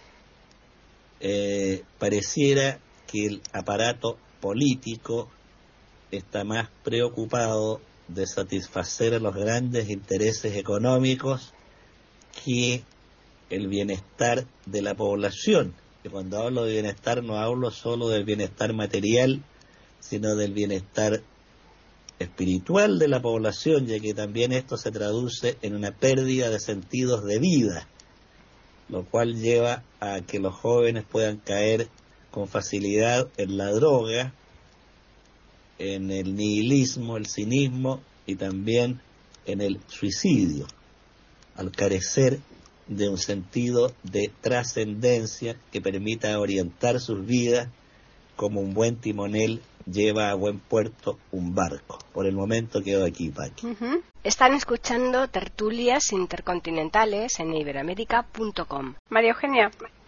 Eh, pareciera que el aparato político está más preocupado de satisfacer los grandes intereses económicos que el bienestar de la población. Y cuando hablo de bienestar no hablo solo del bienestar material, sino del bienestar espiritual de la población, ya que también esto se traduce en una pérdida de sentidos de vida, lo cual lleva a que los jóvenes puedan caer con facilidad en la droga, en el nihilismo, el cinismo y también en el suicidio, al carecer de un sentido de trascendencia que permita orientar sus vidas como un buen timonel lleva a buen puerto un barco. Por el momento quedo aquí, Paqui. Uh-huh. Están escuchando tertulias intercontinentales en iberoamérica punto com. María Eugenia.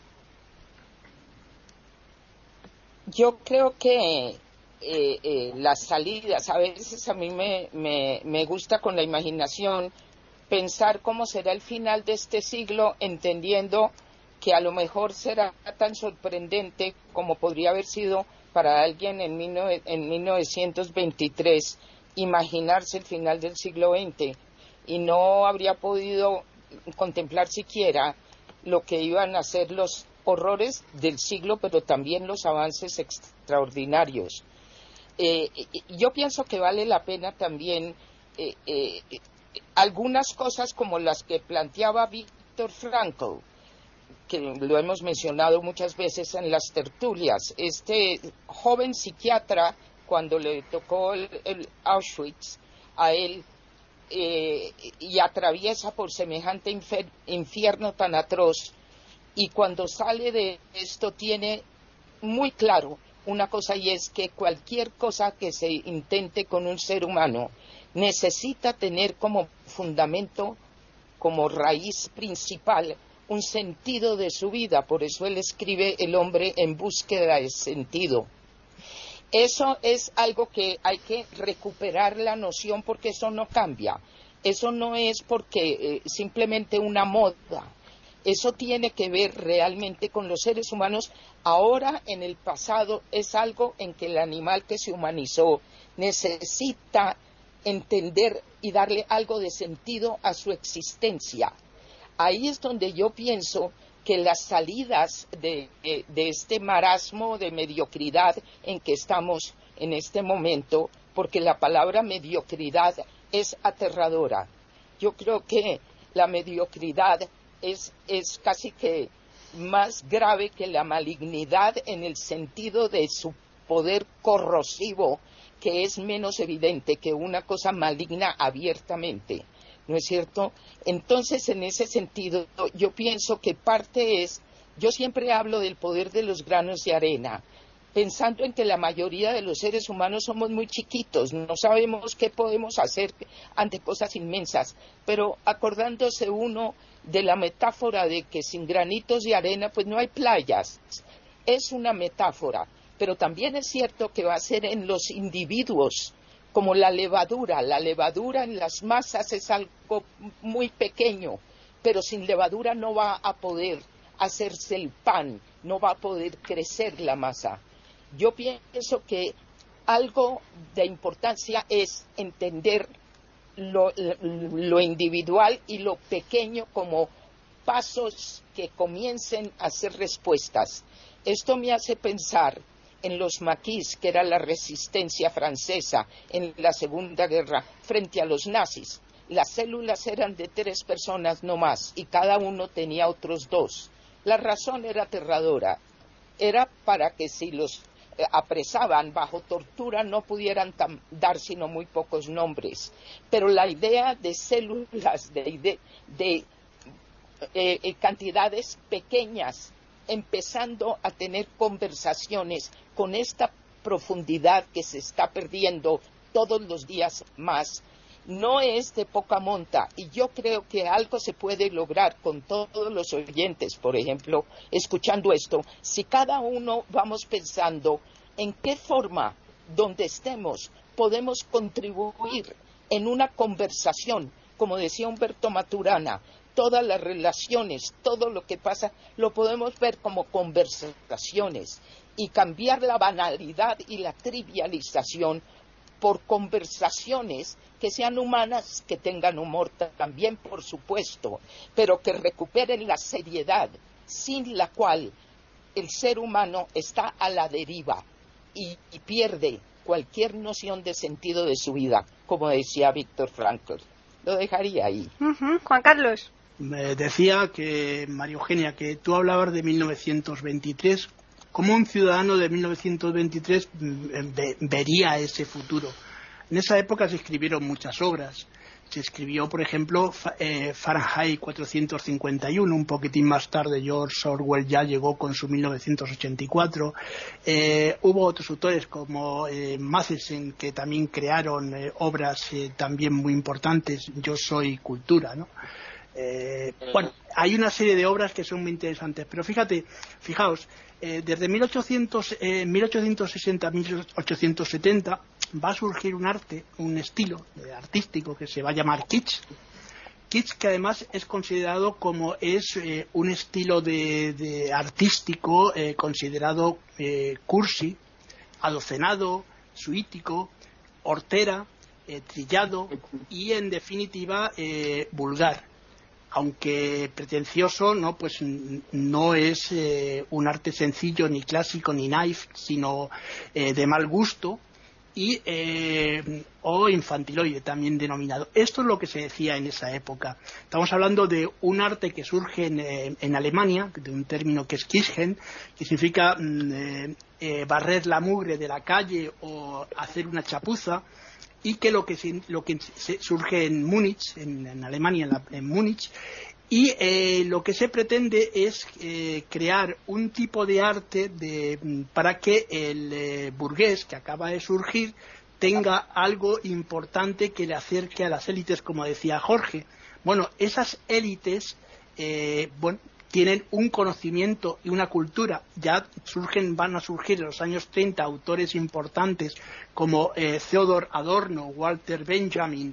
Yo creo que eh, eh, las salidas, a veces a mí me, me, me gusta con la imaginación pensar cómo será el final de este siglo, entendiendo que a lo mejor será tan sorprendente como podría haber sido para alguien en, en mil novecientos veintitrés imaginarse el final del siglo veinte, y no habría podido contemplar siquiera lo que iban a ser los horrores del siglo, pero también los avances extraordinarios. Eh, yo pienso que vale la pena también eh, eh, algunas cosas como las que planteaba Víctor Frankl, que lo hemos mencionado muchas veces en las tertulias. Este joven psiquiatra, cuando le tocó el, el Auschwitz a él, eh, y atraviesa por semejante infer, infierno tan atroz, y cuando sale de esto tiene muy claro una cosa, y es que cualquier cosa que se intente con un ser humano necesita tener como fundamento, como raíz principal, un sentido de su vida. Por eso él escribe El hombre en búsqueda de sentido. Eso es algo que hay que recuperar la noción, porque eso no cambia. Eso no es porque eh, simplemente una moda. Eso tiene que ver realmente con los seres humanos. Ahora, en el pasado, es algo en que el animal que se humanizó necesita entender y darle algo de sentido a su existencia. Ahí es donde yo pienso que las salidas de, de, de este marasmo de mediocridad en que estamos en este momento, porque la palabra mediocridad es aterradora. Yo creo que la mediocridad es, es casi que más grave que la malignidad en el sentido de su poder corrosivo, que es menos evidente que una cosa maligna abiertamente, ¿no es cierto? Entonces, en ese sentido, yo pienso que parte es, yo siempre hablo del poder de los granos de arena, pensando en que la mayoría de los seres humanos somos muy chiquitos, no sabemos qué podemos hacer ante cosas inmensas, pero acordándose uno de la metáfora de que sin granitos de arena pues no hay playas, es una metáfora, pero también es cierto que va a ser en los individuos, como la levadura, la levadura en las masas es algo muy pequeño, pero sin levadura no va a poder hacerse el pan, no va a poder crecer la masa. Yo pienso que algo de importancia es entender lo, lo individual y lo pequeño como pasos que comiencen a ser respuestas. Esto me hace pensar en los maquis, que era la resistencia francesa en la Segunda Guerra frente a los nazis. Las células eran de tres personas no más y cada uno tenía otros dos. La razón era aterradora. Era para que si los apresaban bajo tortura no pudieran dar sino muy pocos nombres. Pero la idea de células, de, de, de eh, eh, cantidades pequeñas, empezando a tener conversaciones con esta profundidad que se está perdiendo todos los días más, no es de poca monta, y yo creo que algo se puede lograr con todos los oyentes, por ejemplo, escuchando esto, si cada uno vamos pensando en qué forma, donde estemos, podemos contribuir en una conversación, como decía Humberto Maturana, todas las relaciones, todo lo que pasa, lo podemos ver como conversaciones y cambiar la banalidad y la trivialización por conversaciones que sean humanas, que tengan humor también, por supuesto, pero que recuperen la seriedad, sin la cual el ser humano está a la deriva y, y pierde cualquier noción de sentido de su vida, como decía Víctor Frankl. Lo dejaría ahí. Uh-huh. Juan Carlos. Me decía que, María Eugenia, que tú hablabas de mil novecientos veintitrés. ¿Cómo un ciudadano de mil novecientos veintitrés ve, vería ese futuro? En esa época se escribieron muchas obras. Se escribió, por ejemplo, eh, Fahrenheit cuatrocientos cincuenta y uno, un poquitín más tarde George Orwell ya llegó con su mil novecientos ochenta y cuatro. Eh, hubo otros autores como eh, Matheson, que también crearon eh, obras eh, también muy importantes. Yo soy cultura, ¿no? Eh, bueno, hay una serie de obras que son muy interesantes, pero fíjate, fijaos, eh, desde mil ochocientos, eh, mil ochocientos sesenta a mil ochocientos setenta va a surgir un arte, un estilo eh, artístico que se va a llamar kitsch. Kitsch, que además es considerado como es eh, un estilo de, de artístico eh, considerado eh, cursi, adocenado, suítico, hortera, eh, trillado y en definitiva eh, vulgar. Aunque pretencioso, no, pues no es eh, un arte sencillo, ni clásico, ni naif, sino eh, de mal gusto y eh, o infantiloide también denominado. Esto es lo que se decía en esa época. Estamos hablando de un arte que surge en, eh, en Alemania, de un término que es Kitschen, que significa eh, eh, barrer la mugre de la calle o hacer una chapuza. Y que lo que, se, lo que se surge en Múnich, en, en Alemania, en, la, en Múnich, y eh, lo que se pretende es eh, crear un tipo de arte de, para que el eh, burgués que acaba de surgir tenga algo importante que le acerque a las élites, como decía Jorge. Bueno, esas élites, eh, bueno, tienen un conocimiento y una cultura. Ya surgen, van a surgir en los años treinta autores importantes como eh, Theodor Adorno, Walter Benjamin,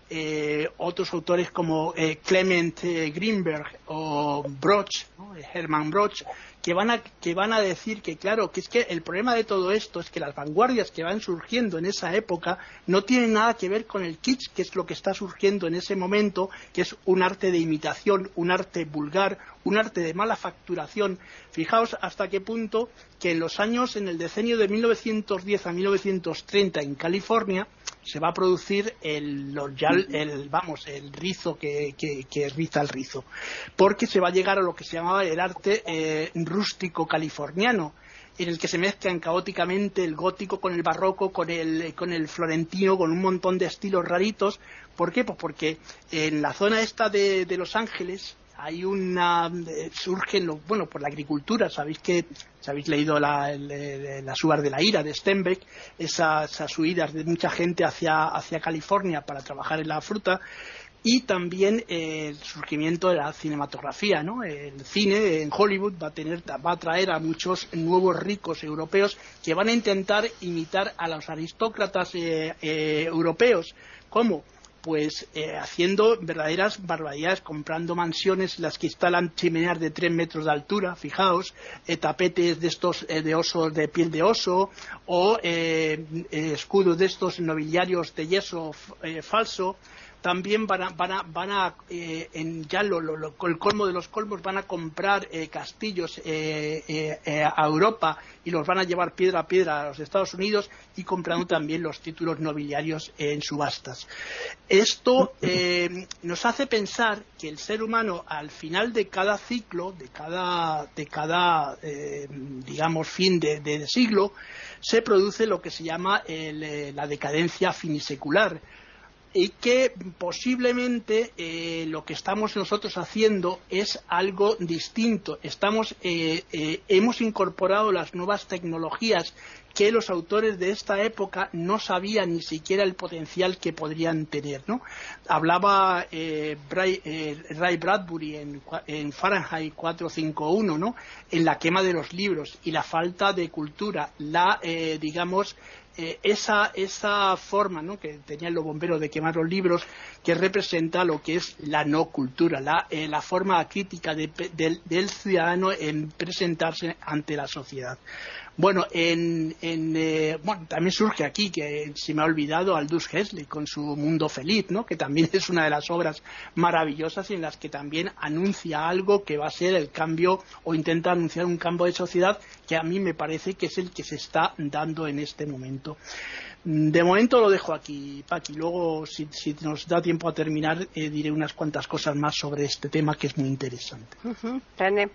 eh, otros autores como eh, Clement eh, Greenberg o Broch, ¿no? Hermann Broch, que van a que van a decir que claro, que es que el problema de todo esto es que las vanguardias que van surgiendo en esa época no tienen nada que ver con el kitsch, que es lo que está surgiendo en ese momento, que es un arte de imitación, un arte vulgar, un arte de mala facturación. Fijaos hasta qué punto que en los años, en el decenio de mil novecientos diez a mil novecientos treinta en California, se va a producir el, el, el vamos el rizo que, que, que riza el rizo, porque se va a llegar a lo que se llamaba el arte eh, rústico californiano, en el que se mezclan caóticamente el gótico con el barroco, con el, con el florentino, con un montón de estilos raritos. ¿Por qué? Pues porque en la zona esta de, de Los Ángeles hay una eh, surgen lo, bueno por la agricultura. Sabéis que si habéis leído la, el, las uvas de la ira de Steinbeck, esas, esas huidas de mucha gente hacia, hacia California para trabajar en la fruta, y también eh, el surgimiento de la cinematografía, ¿no? El cine en Hollywood va a tener va a traer a muchos nuevos ricos europeos que van a intentar imitar a los aristócratas eh, eh, europeos. ¿Cómo? Pues eh, haciendo verdaderas barbaridades, comprando mansiones en las que instalan chimeneas de tres metros de altura, fijaos, eh, tapetes de estos eh, de osos, de piel de oso, o eh, eh, escudos de estos nobiliarios de yeso eh, falso. También van a, van a, van a eh, en ya lo, lo, lo, el colmo de los colmos, van a comprar eh, castillos eh, eh, eh, a Europa y los van a llevar piedra a piedra a los Estados Unidos, y comprando también los títulos nobiliarios en subastas. Esto eh, nos hace pensar que el ser humano, al final de cada ciclo, de cada, de cada eh, digamos fin de, de siglo, se produce lo que se llama el, eh, la decadencia finisecular, y que posiblemente eh, lo que estamos nosotros haciendo es algo distinto. Estamos eh, eh, hemos incorporado las nuevas tecnologías que los autores de esta época no sabían ni siquiera el potencial que podrían tener, ¿no? Hablaba eh, Ray, eh, Ray Bradbury en, en Fahrenheit cuatrocientos cincuenta y uno, ¿no? En la quema de los libros y la falta de cultura, la eh, digamos Eh, esa esa forma, ¿no?, que tenían los bomberos de quemar los libros, que representa lo que es la no cultura, la, eh, la forma crítica de, de, del ciudadano en presentarse ante la sociedad. Bueno, en, en, eh, bueno, también surge aquí, que se me ha olvidado, Aldous Huxley con su Mundo Feliz, ¿no?, que también es una de las obras maravillosas en las que también anuncia algo que va a ser el cambio, o intenta anunciar un cambio de sociedad que a mí me parece que es el que se está dando en este momento. De momento lo dejo aquí, Paqui. Luego, si, si nos da tiempo a terminar, eh, diré unas cuantas cosas más sobre este tema, que es muy interesante. Uh-huh. René.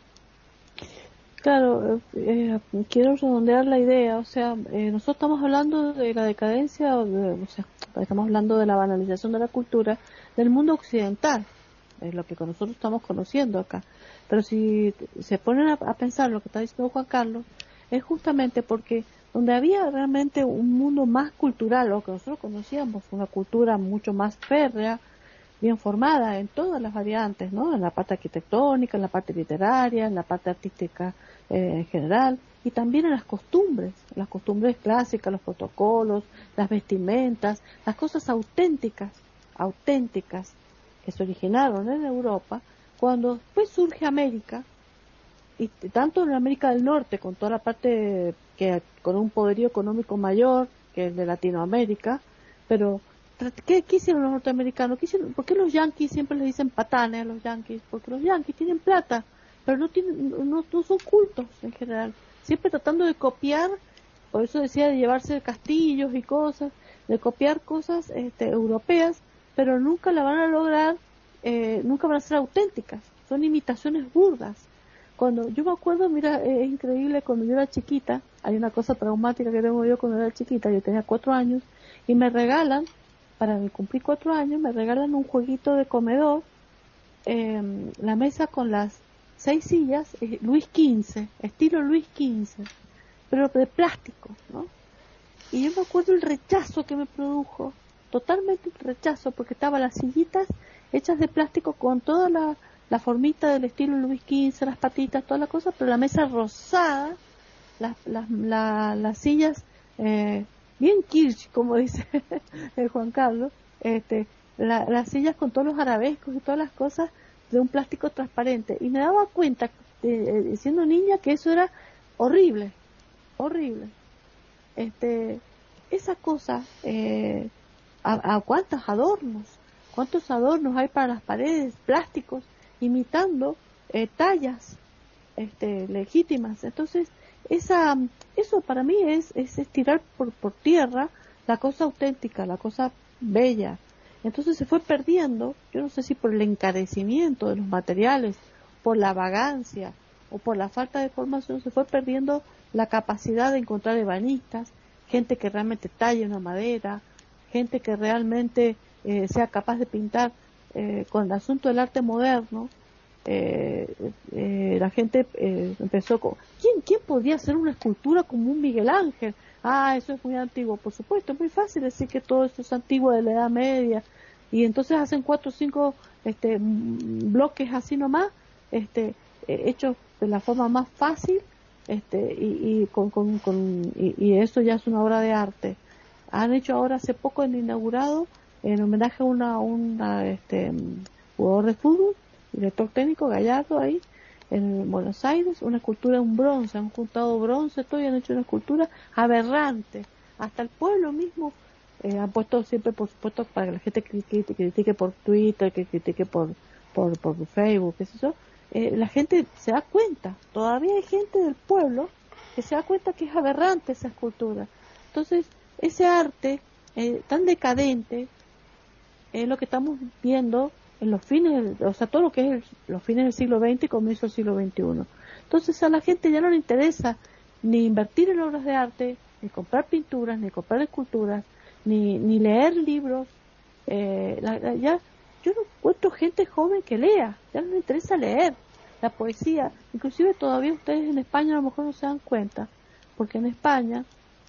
Claro, eh, quiero redondear la idea. O sea, eh, nosotros estamos hablando de la decadencia, o, de, o sea, estamos hablando de la banalización de la cultura del mundo occidental, es lo que nosotros estamos conociendo acá. Pero si se ponen a, a pensar lo que está diciendo Juan Carlos, es justamente porque donde había realmente un mundo más cultural, lo que nosotros conocíamos, una cultura mucho más férrea, bien formada en todas las variantes, ¿no? En la parte arquitectónica, en la parte literaria, en la parte artística eh, en general, y también en las costumbres, las costumbres clásicas, los protocolos, las vestimentas, las cosas auténticas, auténticas, que se originaron en Europa, cuando después surge América, y tanto en América del Norte, con toda la parte que con un poderío económico mayor que el de Latinoamérica, pero ¿qué, qué hicieron los norteamericanos? ¿Qué hicieron? ¿Por qué los yanquis siempre les dicen patanes a los yanquis? Porque los yanquis tienen plata, pero no tienen, no, no son cultos en general, siempre tratando de copiar, por eso decía de llevarse castillos y cosas, de copiar cosas este, europeas, pero nunca la van a lograr, eh, nunca van a ser auténticas, son imitaciones burdas. Cuando yo me acuerdo, mira, es increíble, cuando yo era chiquita, hay una cosa traumática que tengo yo cuando era chiquita, yo tenía cuatro años, y me regalan, para cumplir cuatro años, me regalan un jueguito de comedor, eh, la mesa con las seis sillas, eh, Luis quince, estilo Luis quince, pero de plástico, ¿no? Y yo me acuerdo el rechazo que me produjo, totalmente el rechazo, porque estaban las sillitas hechas de plástico con toda la la formita del estilo Luis quince, las patitas, toda la cosa, pero la mesa rosada, las, las, la, las sillas eh, bien kirch, como dice el Juan Carlos, este, la, las sillas con todos los arabescos y todas las cosas de un plástico transparente. Y me daba cuenta, eh, siendo niña, que eso era horrible, horrible. Este, esa cosa, eh, a, a cuántos adornos, cuántos adornos hay para las paredes, plásticos, imitando eh, tallas este, legítimas. Entonces, esa, eso para mí es, es, es tirar por, por tierra la cosa auténtica, la cosa bella. Entonces se fue perdiendo, yo no sé si por el encarecimiento de los materiales, por la vagancia o por la falta de formación, se fue perdiendo la capacidad de encontrar ebanistas, gente que realmente talle una madera, gente que realmente eh, sea capaz de pintar eh, con el asunto del arte moderno. Eh, eh, la gente eh, empezó con ¿quién, ¿quién podría hacer una escultura como un Miguel Ángel? Ah, eso es muy antiguo. Por supuesto, es muy fácil decir que todo esto es antiguo, de la Edad Media, y entonces hacen cuatro o cinco este, bloques así nomás, este, eh, hechos de la forma más fácil, este, y, y, con, con, con, y, y eso ya es una obra de arte. Han hecho ahora hace poco, en inaugurado, en homenaje a una, una este, jugador de fútbol, director técnico, Gallardo, ahí en Buenos Aires, una escultura de un bronce, han juntado bronce, todo, y han hecho una escultura aberrante. Hasta el pueblo mismo eh, han puesto siempre, por supuesto, para que la gente critique, critique por Twitter, que critique por por, por Facebook, qué sé yo, eh, la gente se da cuenta, todavía hay gente del pueblo que se da cuenta que es aberrante esa escultura. Entonces, ese arte eh, tan decadente es lo que estamos viendo en los fines, o sea, todo lo que es el, los fines del siglo veinte y comienzo del siglo veintiuno. Entonces a la gente ya no le interesa ni invertir en obras de arte, ni comprar pinturas, ni comprar esculturas, ni, ni leer libros. Eh, la, la, ya yo no encuentro gente joven que lea, ya no le interesa leer la poesía. Inclusive todavía ustedes en España a lo mejor no se dan cuenta, porque en España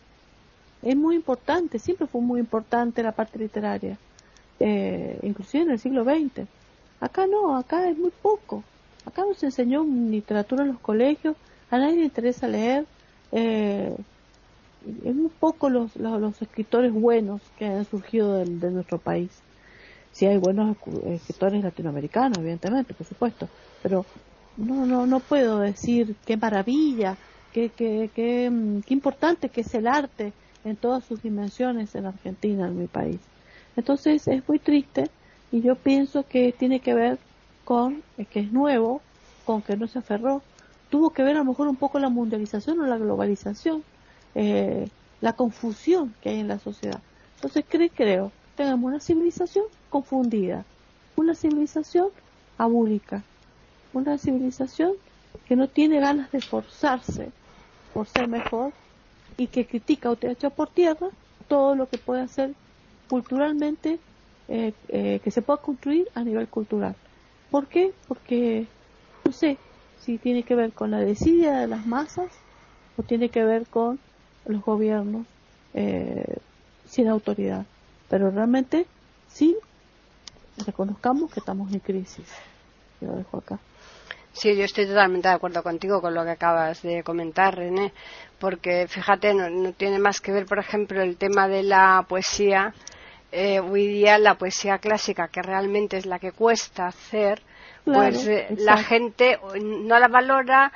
es muy importante, siempre fue muy importante la parte literaria. Eh, inclusive en el siglo veinte. Acá no, acá es muy poco. Acá no se enseñó literatura en los colegios, a nadie le interesa leer. Eh, es muy poco los, los, los escritores buenos que han surgido de, de nuestro país. Sí hay buenos escritores latinoamericanos, evidentemente, por supuesto, pero no no no puedo decir qué maravilla, qué, qué, qué, qué importante que es el arte en todas sus dimensiones en Argentina, en mi país. Entonces es muy triste, y yo pienso que tiene que ver con eh, que es nuevo, con que no se aferró. Tuvo que ver a lo mejor un poco la mundialización o la globalización, eh, la confusión que hay en la sociedad. Entonces creo, creo, tenemos una civilización confundida, una civilización abúlica, una civilización que no tiene ganas de esforzarse por ser mejor, y que critica o echa por tierra todo lo que puede hacer culturalmente, eh, eh, que se pueda construir a nivel cultural. ¿Por qué? Porque no sé si tiene que ver con la desidia de las masas o tiene que ver con los gobiernos eh, sin autoridad. Pero realmente sí reconozcamos que estamos en crisis. Yo lo dejo acá. Sí, yo estoy totalmente de acuerdo contigo con lo que acabas de comentar, René, porque fíjate, no, no tiene más que ver, por ejemplo, el tema de la poesía. Eh, hoy día la poesía clásica, que realmente es la que cuesta hacer, claro, pues eh, la gente no la valora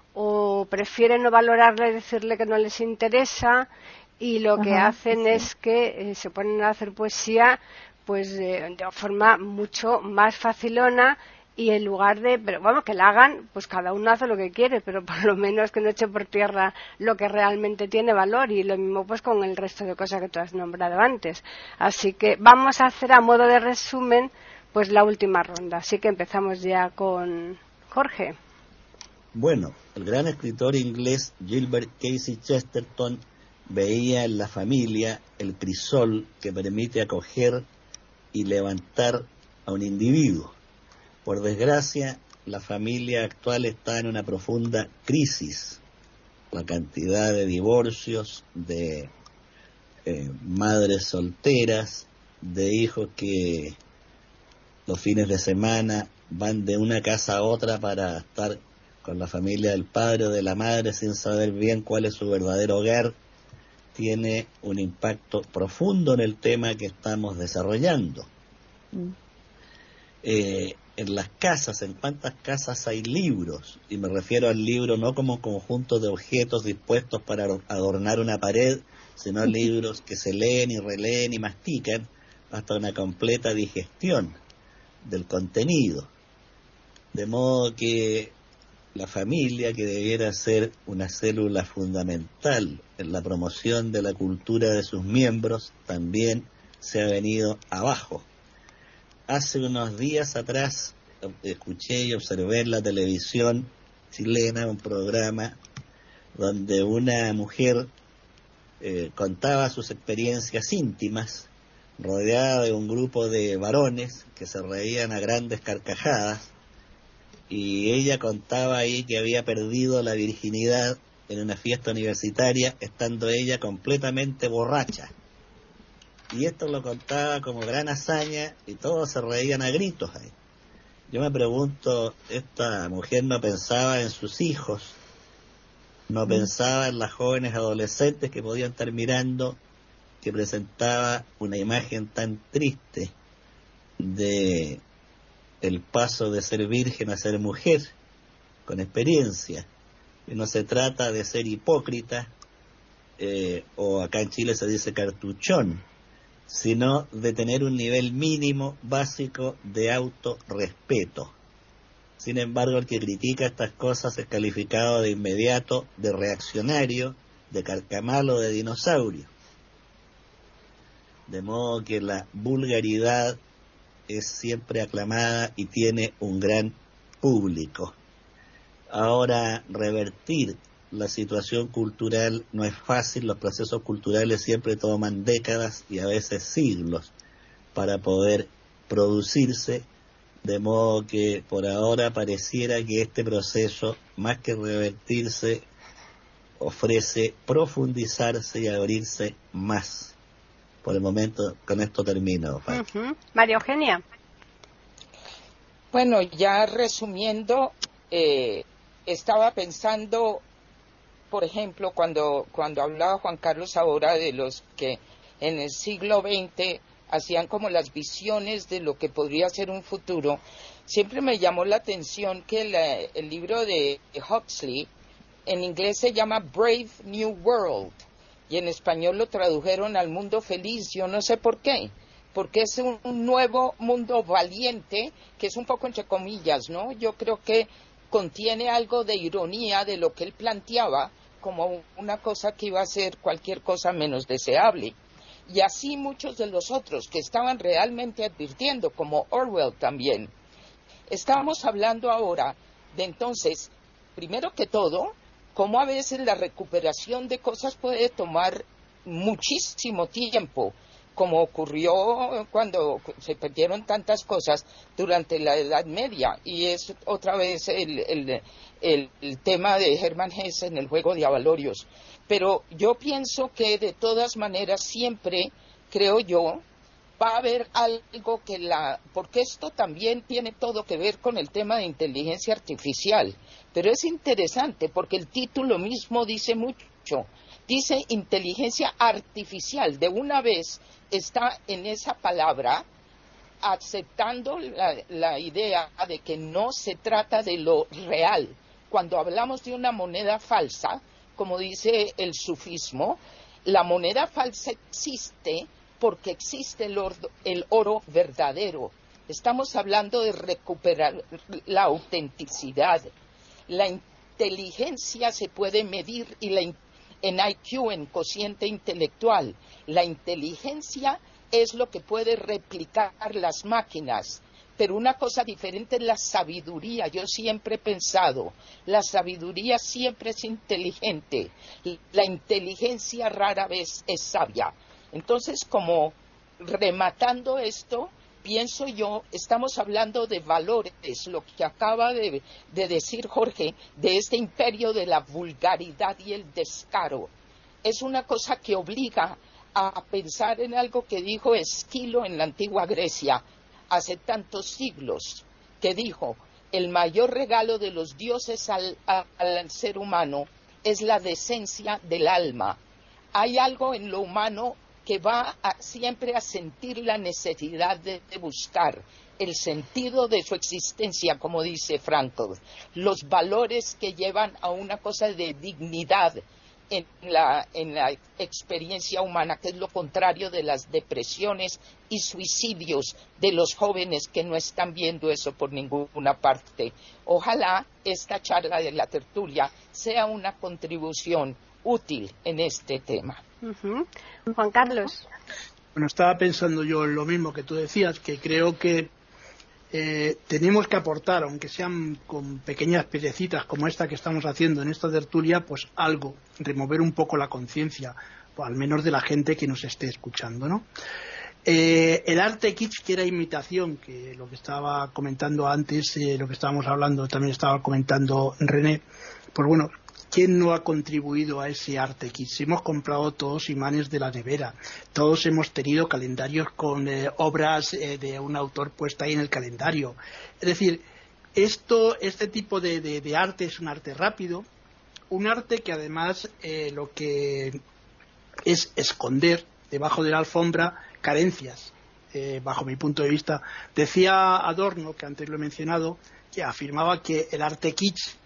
o prefiere no valorarla y decirle que no les interesa, y lo Ajá, que hacen sí. es que eh, se ponen a hacer poesía pues eh, de forma mucho más facilona, y en lugar de, pero vamos, que la hagan, pues cada uno hace lo que quiere, pero por lo menos que no eche por tierra lo que realmente tiene valor, y lo mismo pues con el resto de cosas que tú has nombrado antes. Así que vamos a hacer a modo de resumen pues la última ronda, así que empezamos ya con Jorge. Bueno, el gran escritor inglés Gilbert Casey Chesterton veía en la familia el crisol que permite acoger y levantar a un individuo. Por desgracia, la familia actual está en una profunda crisis. La cantidad de divorcios, de eh, madres solteras, de hijos que los fines de semana van de una casa a otra para estar con la familia del padre o de la madre sin saber bien cuál es su verdadero hogar, tiene un impacto profundo en el tema que estamos desarrollando. Mm. Eh, en las casas, ¿en cuántas casas hay libros? Y me refiero al libro no como conjunto de objetos dispuestos para adornar una pared, sino libros que se leen y releen y mastican hasta una completa digestión del contenido. De modo que la familia, que debiera ser una célula fundamental en la promoción de la cultura de sus miembros, también se ha venido abajo. Hace unos días atrás escuché y observé en la televisión chilena un programa donde una mujer eh, contaba sus experiencias íntimas rodeada de un grupo de varones que se reían a grandes carcajadas, y ella contaba ahí que había perdido la virginidad en una fiesta universitaria estando ella completamente borracha. Y esto lo contaba como gran hazaña y todos se reían a gritos ahí. Yo me pregunto, esta mujer no pensaba en sus hijos, no pensaba en las jóvenes adolescentes que podían estar mirando, que presentaba una imagen tan triste de el paso de ser virgen a ser mujer, con experiencia. Y no se trata de ser hipócrita, eh, o acá en Chile se dice cartuchón, sino de tener un nivel mínimo básico de autorrespeto. Sin embargo, el que critica estas cosas es calificado de inmediato de reaccionario, de carcamalo, de dinosaurio. De modo que la vulgaridad es siempre aclamada y tiene un gran público. Ahora, revertir la situación cultural no es fácil. Los procesos culturales siempre toman décadas y a veces siglos para poder producirse, de modo que por ahora pareciera que este proceso, más que revertirse, ofrece profundizarse y abrirse más. Por el momento, con esto termino. Uh-huh. María Eugenia. Bueno, ya resumiendo, eh, estaba pensando, por ejemplo, cuando, cuando hablaba Juan Carlos ahora de los que en el siglo veinte hacían como las visiones de lo que podría ser un futuro, siempre me llamó la atención que la, el libro de Huxley, en inglés se llama Brave New World, y en español lo tradujeron al mundo feliz. Yo no sé por qué, porque es un, un nuevo mundo valiente, que es un poco entre comillas, ¿no? Yo creo que contiene algo de ironía de lo que él planteaba como una cosa que iba a ser cualquier cosa menos deseable. Y así muchos de los otros que estaban realmente advirtiendo, como Orwell también. Estamos hablando ahora de, entonces, primero que todo, cómo a veces la recuperación de cosas puede tomar muchísimo tiempo, como ocurrió cuando se perdieron tantas cosas durante la Edad Media, y es otra vez el, el, el, el tema de Hermann Hesse en el juego de avalorios. Pero yo pienso que de todas maneras siempre, creo yo, va a haber algo que la... porque esto también tiene todo que ver con el tema de inteligencia artificial, pero es interesante porque el título mismo dice mucho, dice inteligencia artificial, de una vez está en esa palabra aceptando la, la idea de que no se trata de lo real. Cuando hablamos de una moneda falsa, como dice el sufismo, la moneda falsa existe porque existe el oro, el oro verdadero. Estamos hablando de recuperar la autenticidad. La inteligencia se puede medir y la, en I Q, en cociente intelectual. La inteligencia es lo que puede replicar las máquinas. Pero una cosa diferente es la sabiduría. Yo siempre he pensado, la sabiduría siempre es inteligente. La inteligencia rara vez es sabia. Entonces, como rematando esto, pienso yo, estamos hablando de valores, lo que acaba de, de decir Jorge, de este imperio de la vulgaridad y el descaro. Es una cosa que obliga a pensar en algo que dijo Esquilo en la antigua Grecia, hace tantos siglos, que dijo, el mayor regalo de los dioses al, a, al ser humano es la decencia del alma. Hay algo en lo humano que va a, siempre a sentir la necesidad de, de buscar el sentido de su existencia, como dice Frankl, los valores que llevan a una cosa de dignidad en la, en la experiencia humana, que es lo contrario de las depresiones y suicidios de los jóvenes que no están viendo eso por ninguna parte. Ojalá esta charla de la tertulia sea una contribución útil en este tema. Uh-huh. Juan Carlos. Bueno, estaba pensando yo en lo mismo que tú decías, que creo que eh, tenemos que aportar, aunque sean con pequeñas piececitas como esta que estamos haciendo en esta tertulia, pues algo, remover un poco la conciencia, o al menos de la gente que nos esté escuchando, ¿no? Eh, el arte kitsch, que era imitación, que lo que estaba comentando antes, eh, lo que estábamos hablando, también estaba comentando René, pues bueno, ¿quién no ha contribuido a ese arte kitsch? Hemos comprado todos imanes de la nevera, todos hemos tenido calendarios con eh, obras eh, de un autor puesta ahí en el calendario. Es decir, esto, este tipo de, de, de arte es un arte rápido, un arte que además eh, lo que es esconder debajo de la alfombra carencias, eh, bajo mi punto de vista. Decía Adorno, que antes lo he mencionado, que afirmaba que el arte kitsch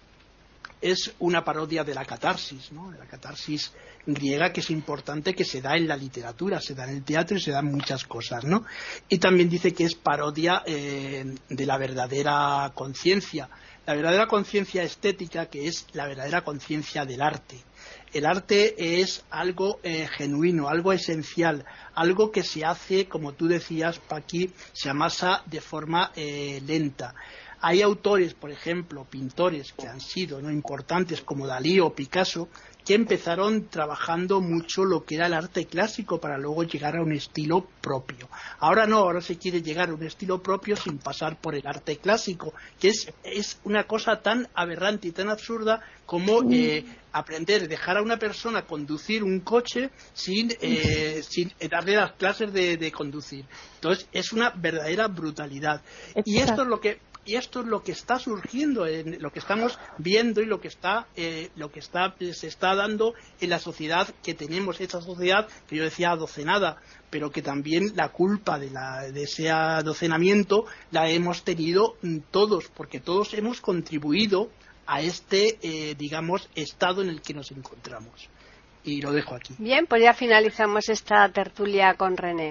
es una parodia de la catarsis, ¿no? De la catarsis griega, que es importante, que se da en la literatura, se da en el teatro y se da en muchas cosas, ¿no? Y también dice que es parodia eh, de la verdadera conciencia, la verdadera conciencia estética, que es la verdadera conciencia del arte. El arte es algo eh, genuino, algo esencial, algo que se hace, como tú decías, Paqui, se amasa de forma eh, lenta. Hay autores, por ejemplo, pintores que han sido no importantes, como Dalí o Picasso, que empezaron trabajando mucho lo que era el arte clásico para luego llegar a un estilo propio. Ahora no, ahora se quiere llegar a un estilo propio sin pasar por el arte clásico, que es, es una cosa tan aberrante y tan absurda como eh, aprender, dejar a una persona conducir un coche sin, eh, sin darle las clases de, de conducir. Entonces es una verdadera brutalidad. Y esto es lo que Y esto es lo que está surgiendo, en lo que estamos viendo y lo que está, eh, lo que está, se está dando en la sociedad que tenemos, esa sociedad que yo decía adocenada, pero que también la culpa de, la, de ese adocenamiento la hemos tenido todos, porque todos hemos contribuido a este, eh, digamos, estado en el que nos encontramos. Y lo dejo aquí. Bien, pues ya finalizamos esta tertulia con René.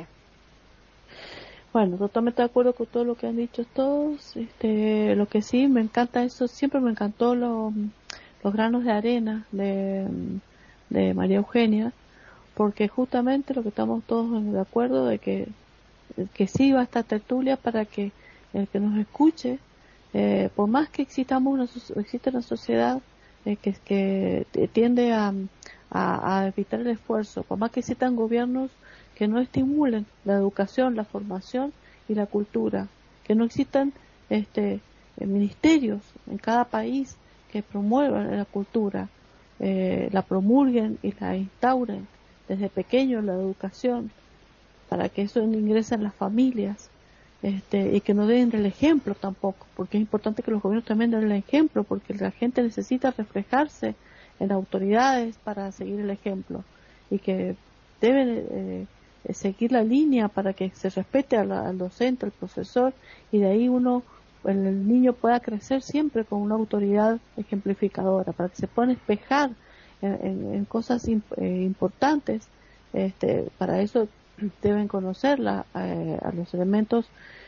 Bueno, totalmente de acuerdo con todo lo que han dicho todos. Este, lo que sí me encanta eso, siempre me encantó lo, los granos de arena de, de María Eugenia, porque justamente lo que estamos todos de acuerdo de que, que sí va esta tertulia para que el que nos escuche, eh, por más que existamos una, existe una sociedad eh, que, que tiende a, a, a evitar el esfuerzo, por más que existan gobiernos que no estimulen la educación, la formación y la cultura, que no existan este, ministerios en cada país que promuevan la cultura, eh, la promulguen y la instauren desde pequeños la educación, para que eso ingrese en las familias, este, y que no den el ejemplo tampoco, porque es importante que los gobiernos también den el ejemplo, porque la gente necesita reflejarse en autoridades para seguir el ejemplo, y que deben eh, seguir la línea para que se respete a la, al docente, al profesor, y de ahí uno, el, el niño pueda crecer siempre con una autoridad ejemplificadora, para que se puedan espejar en, en, en cosas imp, eh, importantes. Este, para eso deben conocer la, eh, a los elementos.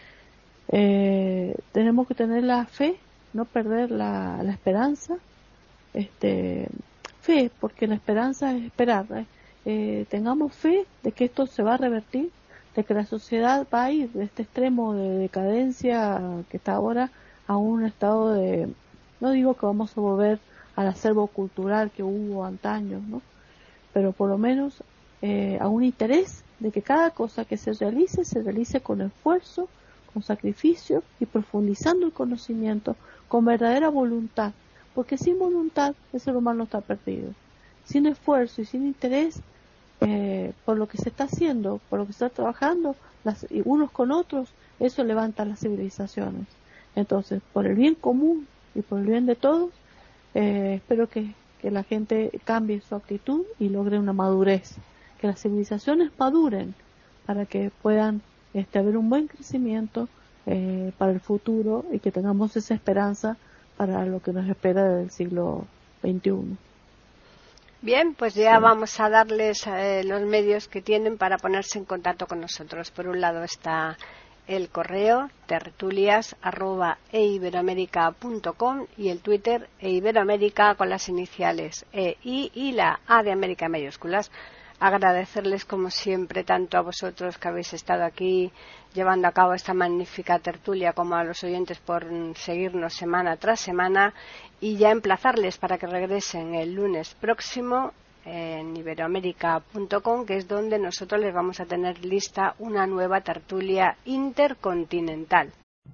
Eh, tenemos que tener la fe, no perder la, la esperanza. Este, fe, porque la esperanza es esperar, ¿eh? Eh, tengamos fe de que esto se va a revertir, de que la sociedad va a ir de este extremo de decadencia que está ahora a un estado de, no digo que vamos a volver al acervo cultural que hubo antaño, ¿no? Pero por lo menos eh, a un interés de que cada cosa que se realice, se realice con esfuerzo, con sacrificio y profundizando el conocimiento, con verdadera voluntad, porque sin voluntad el ser humano está perdido. Sin esfuerzo y sin interés eh, por lo que se está haciendo, por lo que se está trabajando, las, y unos con otros, eso levanta las civilizaciones. Entonces, por el bien común y por el bien de todos, eh, espero que, que la gente cambie su actitud y logre una madurez que las civilizaciones maduren para que puedan este, haber un buen crecimiento eh, para el futuro y que tengamos esa esperanza para lo que nos espera del siglo veintiuno. Bien, pues ya Sí. vamos a darles eh, los medios que tienen para ponerse en contacto con nosotros. Por un lado está el correo tertulias arroba eiberoamerica punto com y el Twitter eiberoamerica con las iniciales E, I y la A de América en mayúsculas. Agradecerles como siempre tanto a vosotros que habéis estado aquí llevando a cabo esta magnífica tertulia como a los oyentes por seguirnos semana tras semana y ya emplazarles para que regresen el lunes próximo en iberoamerica punto com, que es donde nosotros les vamos a tener lista una nueva tertulia intercontinental.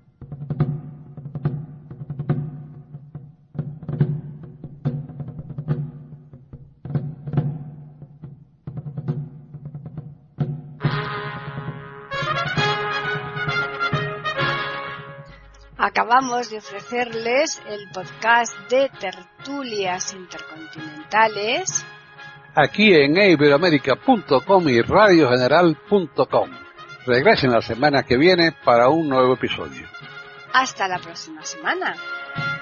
Acabamos de ofrecerles el podcast de tertulias intercontinentales aquí en iberoamerica punto com y radio general punto com. Regresen la semana que viene para un nuevo episodio. Hasta la próxima semana.